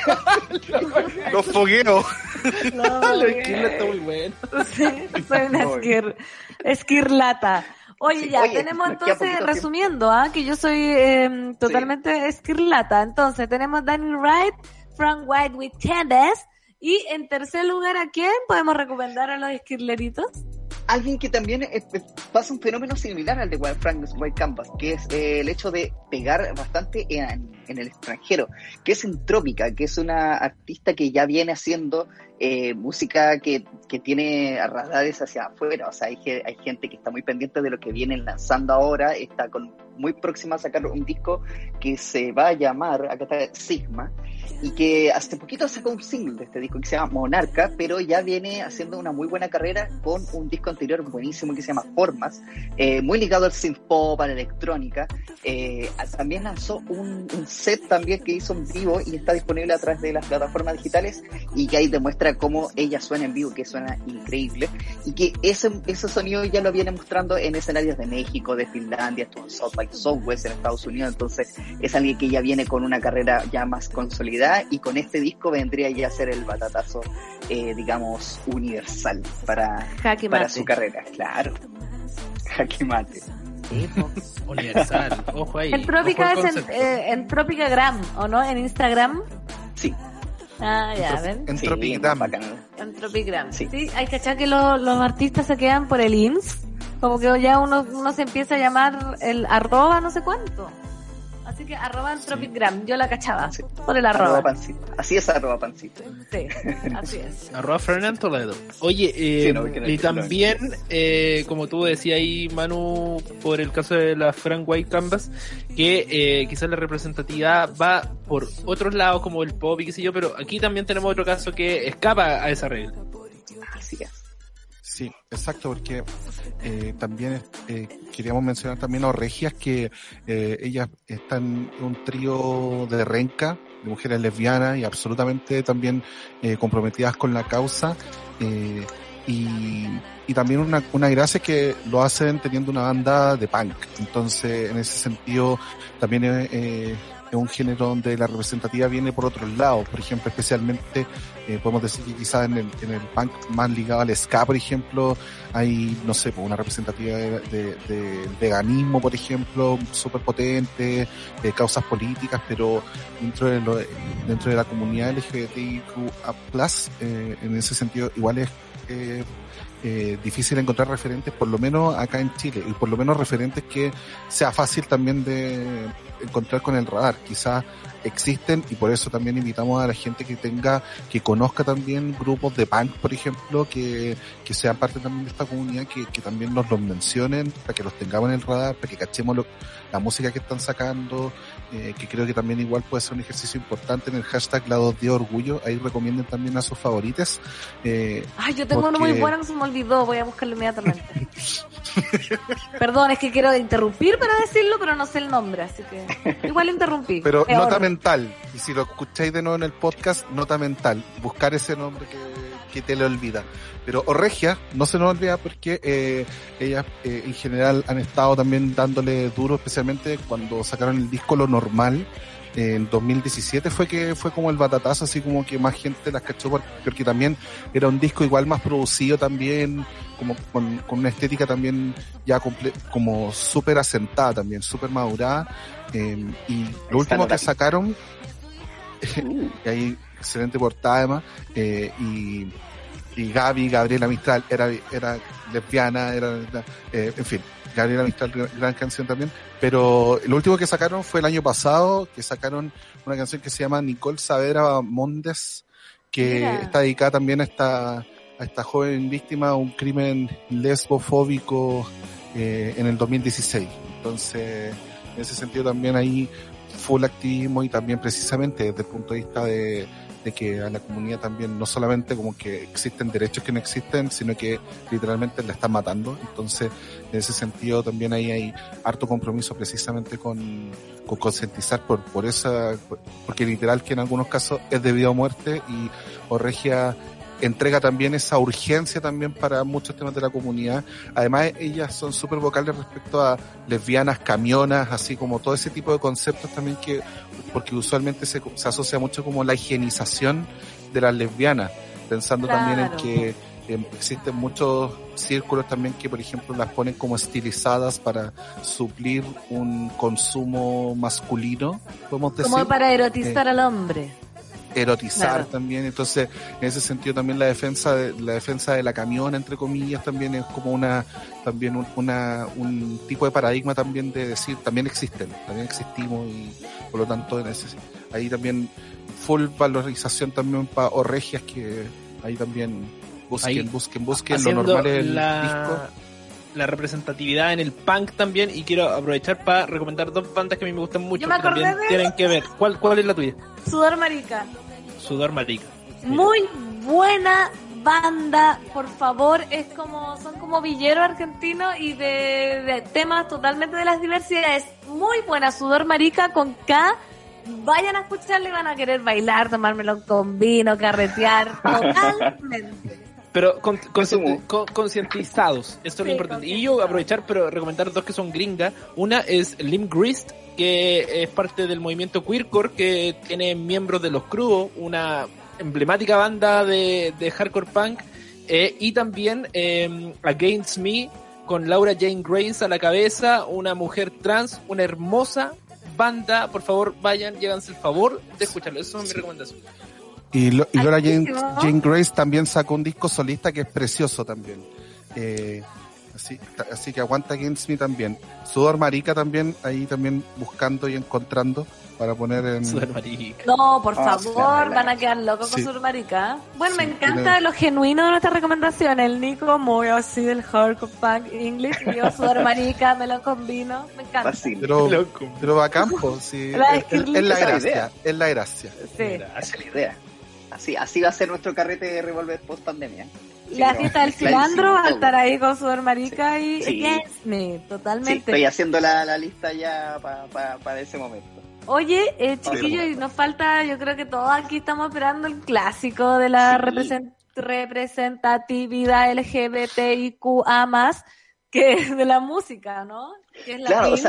Los fogueos. No, Los bien. esquilos está muy bueno. Sí, soy una esquir, esquirlata. Oye, Sí, ya, oye, tenemos nos queda entonces, poquito resumiendo, ¿ah? que yo soy eh, totalmente esquirlata. Entonces, tenemos Daniel Wright, Frank White with Candace. Y en tercer lugar, ¿a quién podemos recomendar a los esquirleritos? Alguien que también eh, eh, pasa un fenómeno similar al de Wild Frank's White Canvas, que es eh, el hecho de pegar bastante en, en el extranjero, que es Entrópica, que es una artista que ya viene haciendo eh, música que, que tiene radares hacia afuera. O sea, hay, ge- hay gente que está muy pendiente de lo que vienen lanzando ahora, está con, muy próxima a sacar un disco que se va a llamar, acá está Sigma, y que hace poquito sacó un single de este disco que se llama Monarca, pero ya viene haciendo una muy buena carrera con un disco anterior buenísimo que se llama Formas, eh, muy ligado al synth pop, a la electrónica. Eh, también lanzó un, un set también que hizo en vivo y está disponible a través de las plataformas digitales, y que ahí demuestra cómo ella suena en vivo, que suena increíble, y que ese, ese sonido ya lo viene mostrando en escenarios de México, de Finlandia, estuvo en South by Southwest en Estados Unidos. Entonces es alguien que ya viene con una carrera ya más consolidada, y con este disco vendría ya a ser el batatazo, eh, digamos, universal para, Jaque para mate. su carrera, claro. Jaque mate. Sí, po. Universal. Ojo ahí. Entrópica Ojo al es en, concepto. eh, Entropicagram, ¿o no? En Instagram. Sí. Ah, ya, ¿ven? Entropigram. Sí, bacán. Entropigram. Sí. Sí, hay que achar que lo- los artistas se quedan por el I M S S, Como que ya uno, uno se empieza a llamar el arroba no sé cuánto. Así que arroba en Tropicgram, yo la cachaba, sí. Por el arroba. Arroba pancito. Así es arroba pancito. Sí, así es. Arroba Fernando Toledo. Oye, eh, sí, no, no, y también, eh, como tú decías ahí, Manu, por el caso de la Frank White Canvas, que eh, quizás la representatividad va por otros lados, como el pop y qué sé yo, pero aquí también tenemos otro caso que escapa a esa regla. Así es. Sí, exacto, porque eh, también eh, queríamos mencionar también a Regias, que eh, ellas están en un trío de renca, de mujeres lesbianas y absolutamente también eh, comprometidas con la causa, eh, y, y también una, una gracia que lo hacen teniendo una banda de punk. Entonces, en ese sentido, también eh, es un género donde la representatividad viene por otros lados. Por ejemplo, especialmente eh, podemos decir que quizás en el, en el punk más ligado al ska, por ejemplo, hay, no sé, una representatividad de, de, de veganismo, por ejemplo, súper potente, de causas políticas, pero dentro de, lo, dentro de la comunidad L G B T I Q A plus, eh, en ese sentido, igual es eh, eh, difícil encontrar referentes, por lo menos acá en Chile, y por lo menos referentes que sea fácil también de encontrar con el radar. Quizás existen, y por eso también invitamos a la gente que tenga, que conozca también grupos de punk, por ejemplo, que, que sean parte también de esta comunidad, que, que también nos los mencionen, para que los tengamos en el radar, para que cachemos lo, la música que están sacando, eh, que creo que también igual puede ser un ejercicio importante en el hashtag La dos de Orgullo. Ahí recomienden también a sus favorites. Eh, Ay, yo tengo porque... uno muy bueno que se me olvidó, voy a buscarlo inmediatamente. Perdón, es que quiero interrumpir para decirlo, pero no sé el nombre, así que igual interrumpí. Pero Peor. Nota mental, y si lo escucháis de nuevo en el podcast, nota mental, buscar ese nombre que, que te le olvida. Pero Orregia no se nos olvida porque eh, ellas eh, en general han estado también dándole duro, especialmente cuando sacaron el disco Lo Normal. Eh, en dos mil diecisiete fue que fue como el batatazo, así como que más gente las cachó, porque también era un disco igual más producido también, como con, con una estética también ya comple- como súper asentada también, súper madurada. Eh, y lo último que sacaron, y ahí excelente portada además, eh, y, y Gaby, Gabriela Mistral, era, era lesbiana, era, eh, en fin, Gabriela Mistral, gran canción también, pero lo último que sacaron fue el año pasado, que sacaron una canción que se llama Nicole Saavedra Mondes, que Mira. está dedicada también a esta, a esta joven víctima de un crimen lesbofóbico eh, en el dos mil dieciséis. Entonces, en ese sentido también hay full activismo, y también precisamente desde el punto de vista de, de que a la comunidad también no solamente como que existen derechos que no existen, sino que literalmente la están matando. Entonces, en ese sentido también ahí hay harto compromiso precisamente con, con concientizar por, por esa, porque literal que en algunos casos es de vida o muerte, y Orregia entrega también esa urgencia también para muchos temas de la comunidad. Además, ellas son súper vocales respecto a lesbianas, camionas, así como todo ese tipo de conceptos también, que porque usualmente se, se asocia mucho como la higienización de las lesbianas, pensando claro. también en que eh, existen muchos círculos también que, por ejemplo, las ponen como estilizadas para suplir un consumo masculino, podemos decir. Como para erotizar eh, al hombre. erotizar claro. también. Entonces, en ese sentido también la defensa de la defensa de la camiona, entre comillas, también es como una también un, una un tipo de paradigma también de decir, también existen, también existimos, y por lo tanto en ese, ahí también full valorización también para Orregias, que ahí también busquen, ahí, busquen, busquen lo normal es el la... disco. La representatividad en el punk también, y quiero aprovechar para recomendar dos bandas que a mí me gustan mucho. Yo me que también de... tienen que ver. ¿Cuál, cuál es la tuya? Sudor Marica. Sudor Marica. Mira. Muy buena banda, por favor. Es como, son como villero argentino y de, de temas totalmente de las diversidades. Muy buena, Sudor Marica con K. Vayan a escucharle y van a querer bailar, tomármelo con vino, carretear, totalmente. Pero con, con, con, concientizados, esto es lo importante. Y yo aprovechar, pero recomendar dos que son gringas. Una es Limp Grist, que es parte del movimiento queercore, que tiene miembros de Los Crudos, una emblemática banda de, de hardcore punk. Eh, y también eh, Against Me, con Laura Jane Grace a la cabeza, una mujer trans, una hermosa banda. Por favor, vayan, llévanse el favor de escucharlo. Eso es mi recomendación. Y, lo, y Laura Jane, Jane Grace también sacó un disco solista que es precioso también. Eh, Así, así que aguanta Against Me también. Sudor Marica también, ahí también buscando y encontrando para poner en... Sudor Marica. No, por Ah, favor, sí, van a quedar locos sí. con Sudor Marica. Bueno, Sí, me encanta tiene- lo genuino de nuestra recomendación. El Nico muy así del hardcore punk English. Y yo Sudor Marica, me lo combino. Me encanta. Fácil. Pero, Loco. pero a campo, sí. La Es, es- es la esa es la gracia, idea. es la gracia. Sí. Esa es la idea. Así, así va a ser nuestro carrete de Revolver post pandemia. La fiesta del cilantro va a estar ahí. ahí con Sudor Marica y Sí. Against Me, Sí, totalmente. estoy haciendo la, la lista ya para pa, pa ese momento. Oye, eh, chiquillos, y nos falta, yo creo que todos aquí estamos esperando el clásico de la Sí. represent- representatividad L G B T I Q A más, que es de la música, ¿no? Que es la Claro, o Pin. sea,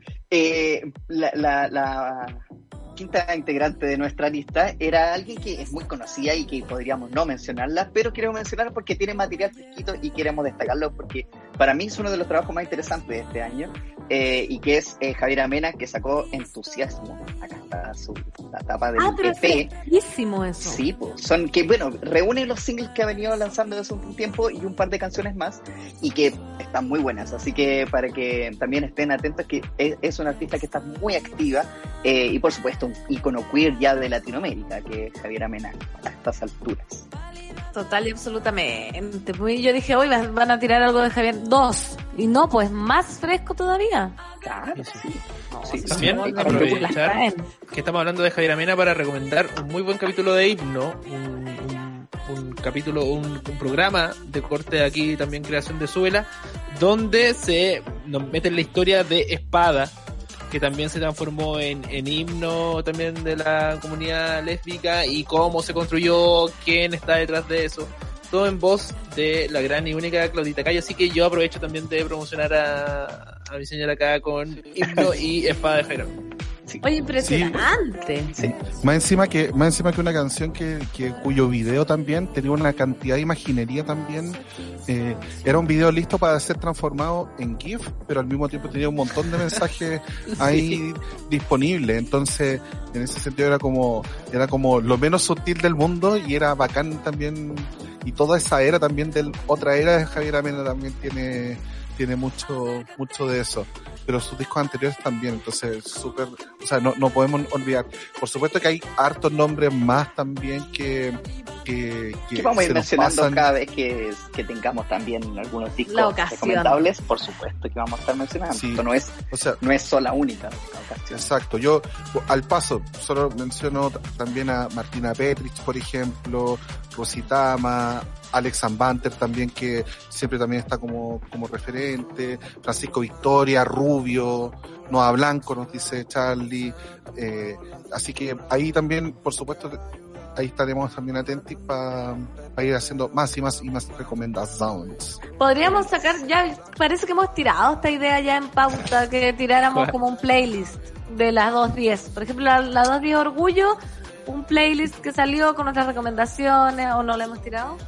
eh, la, la, la quinta integrante de nuestra lista era alguien que es muy conocida y que podríamos no mencionarla, pero queremos mencionarla porque tiene material fresquito y queremos destacarlo porque para mí es uno de los trabajos más interesantes de este año, eh, y que es eh, Javier Amena, que sacó Entusiasmo. Acá está su, la tapa del Ah, pero E P. es fresquísimo eso. Sí, pues, son que, bueno, reúne los singles que ha venido lanzando desde un tiempo y un par de canciones más, y que están muy buenas, así que para que también estén atentos, que es, es una artista que está muy activa, eh, y por supuesto un ícono queer ya de Latinoamérica, que es Javier Amena, a estas alturas. Total y absolutamente. Pues yo dije, hoy van a tirar algo de Javier dos. Y no, pues más fresco todavía. Claro, sí. No, Sí, si También no, las aprovechar traen. que estamos hablando de Javier Amena para recomendar un muy buen capítulo de Himno, un, un, un capítulo, un, un programa de corte aquí, también creación de Suela, donde se nos mete en la historia de Espada, que también se transformó en, en himno también de la comunidad lésbica, y cómo se construyó, quién está detrás de eso. Todo en voz de la gran y única Claudita Cayo, así que yo aprovecho también de promocionar a, a mi señora acá con Himno y Espada de Jairo. Sí. Oye, impresionante. Sí. Más encima que, más encima que una canción que, que cuyo video también tenía una cantidad de imaginería también. Eh, era un video listo para ser transformado en GIF, pero al mismo tiempo tenía un montón de mensajes ahí disponibles. Entonces, en ese sentido era como, era como lo menos sutil del mundo, y era bacán también. Y toda esa era también del otra era de Javier Amena también tiene, tiene mucho, mucho de eso. Pero sus discos anteriores también, entonces súper, o sea, no, no podemos olvidar. Por supuesto que hay hartos nombres más también que, que, que Que vamos a ir se nos mencionando pasan. cada vez que, que tengamos también algunos La discos ocasión. recomendables, por supuesto que vamos a estar mencionando. Sí. Esto no es, O sea, no es sola única ocasión. exacto. Yo, al paso, solo menciono t- también a Martina Petrich, por ejemplo, Rositama, Alex Ambanter también, que siempre también está como, como referente, Francisco Victoria, Rubio, Noa Blanco, nos dice Charlie, eh, así que ahí también, por supuesto, ahí estaremos también atentos para pa ir haciendo más y más y más recomendaciones. Podríamos sacar, ya parece que hemos tirado esta idea ya en pauta, que tiráramos ¿Cuál? como un playlist de las dos diez. Por ejemplo, la, la dos diez Orgullo, un playlist que salió con nuestras recomendaciones, ¿o no lo hemos tirado?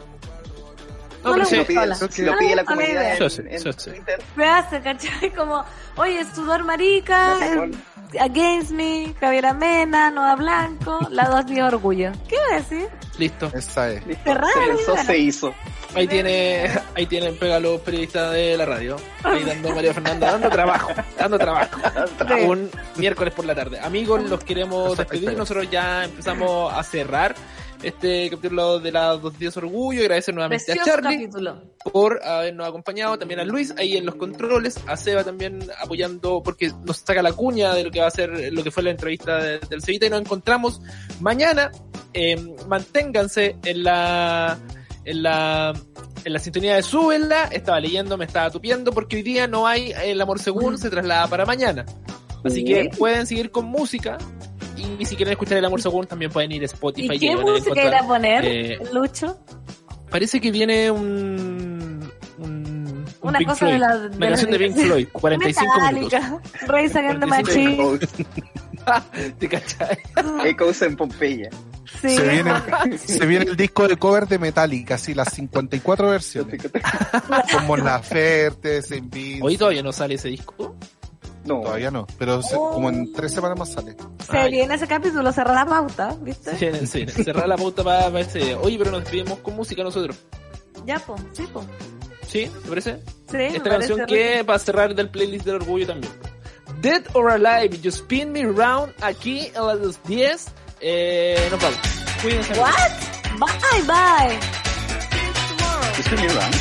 No, No pero le sí. Lo pide, Hola. si lo pide la Hola, comunidad idea. Yo en, sé, en yo sé. Twitter. Me hace, ¿cachai? Como, oye, Sudor Marica, No, eh, Against Me, Javier Amena, Noa Blanco, la dos diez Orgullo. ¿Qué iba a decir? Listo. Esa es. Listo, Cerrada se la lanzó, idea. se hizo. Ahí tiene, ahí tienen pega los periodistas de la radio. Ahí dando María Fernanda, dando trabajo, dando trabajo. Sí. Un miércoles por la tarde. Amigos, los queremos despedir. Nosotros ya empezamos a cerrar este capítulo de la dos diez Orgullo. Agradecer nuevamente Precioso a Charlie capítulo. por habernos acompañado, también a Luis ahí en los controles, a Seba también apoyando porque nos saca la cuña de lo que va a ser lo que fue la entrevista de, del Cevita, y nos encontramos mañana. Eh, manténganse en la en la en la sintonía de Súbela. Estaba leyendo, me estaba tupiendo porque hoy día no hay El Amor Según, se traslada para mañana, así que pueden seguir con música. Y si quieren escuchar El Amor Según, también pueden ir a Spotify. ¿Y qué van a música encontrar, irá a poner, eh, Lucho? Parece que viene un, un, un Una Pink cosa Floyd, de la- de una la- canción de Pink Floyd, cuarenta y cinco minutos. Metallica, Rage Against the cuarenta y cinco Machine. ¿Te cachai? Echoes en Pompeya. Sí. Se viene, se viene el disco de cover de Metallica, así las cincuenta y cuatro versiones. Como La Ferte, Saint Vincent. Hoy todavía no sale ese disco. No, Todavía no, pero se- Oh. como en tres semanas más sale. Se Ay. viene ese capítulo, cerra la pauta, ¿viste? Sí, sí, cerrar la pauta para, para ese día. Oye, pero nos despedimos con música nosotros. Ya, po, sí, po. ¿Sí? ¿Te parece? Sí, me esta parece canción que para cerrar del playlist del orgullo también. Dead or Alive, You Spin Me Round, aquí a las diez. Eh, nos vamos. Cuídense. What? Bye, bye. You Spin Me Round.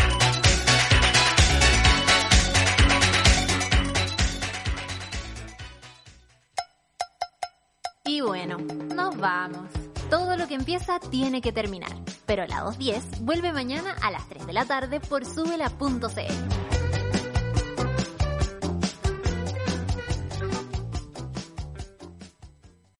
Y bueno, nos vamos. Todo lo que empieza tiene que terminar. Pero la dos diez vuelve mañana a las tres de la tarde por subela punto c l.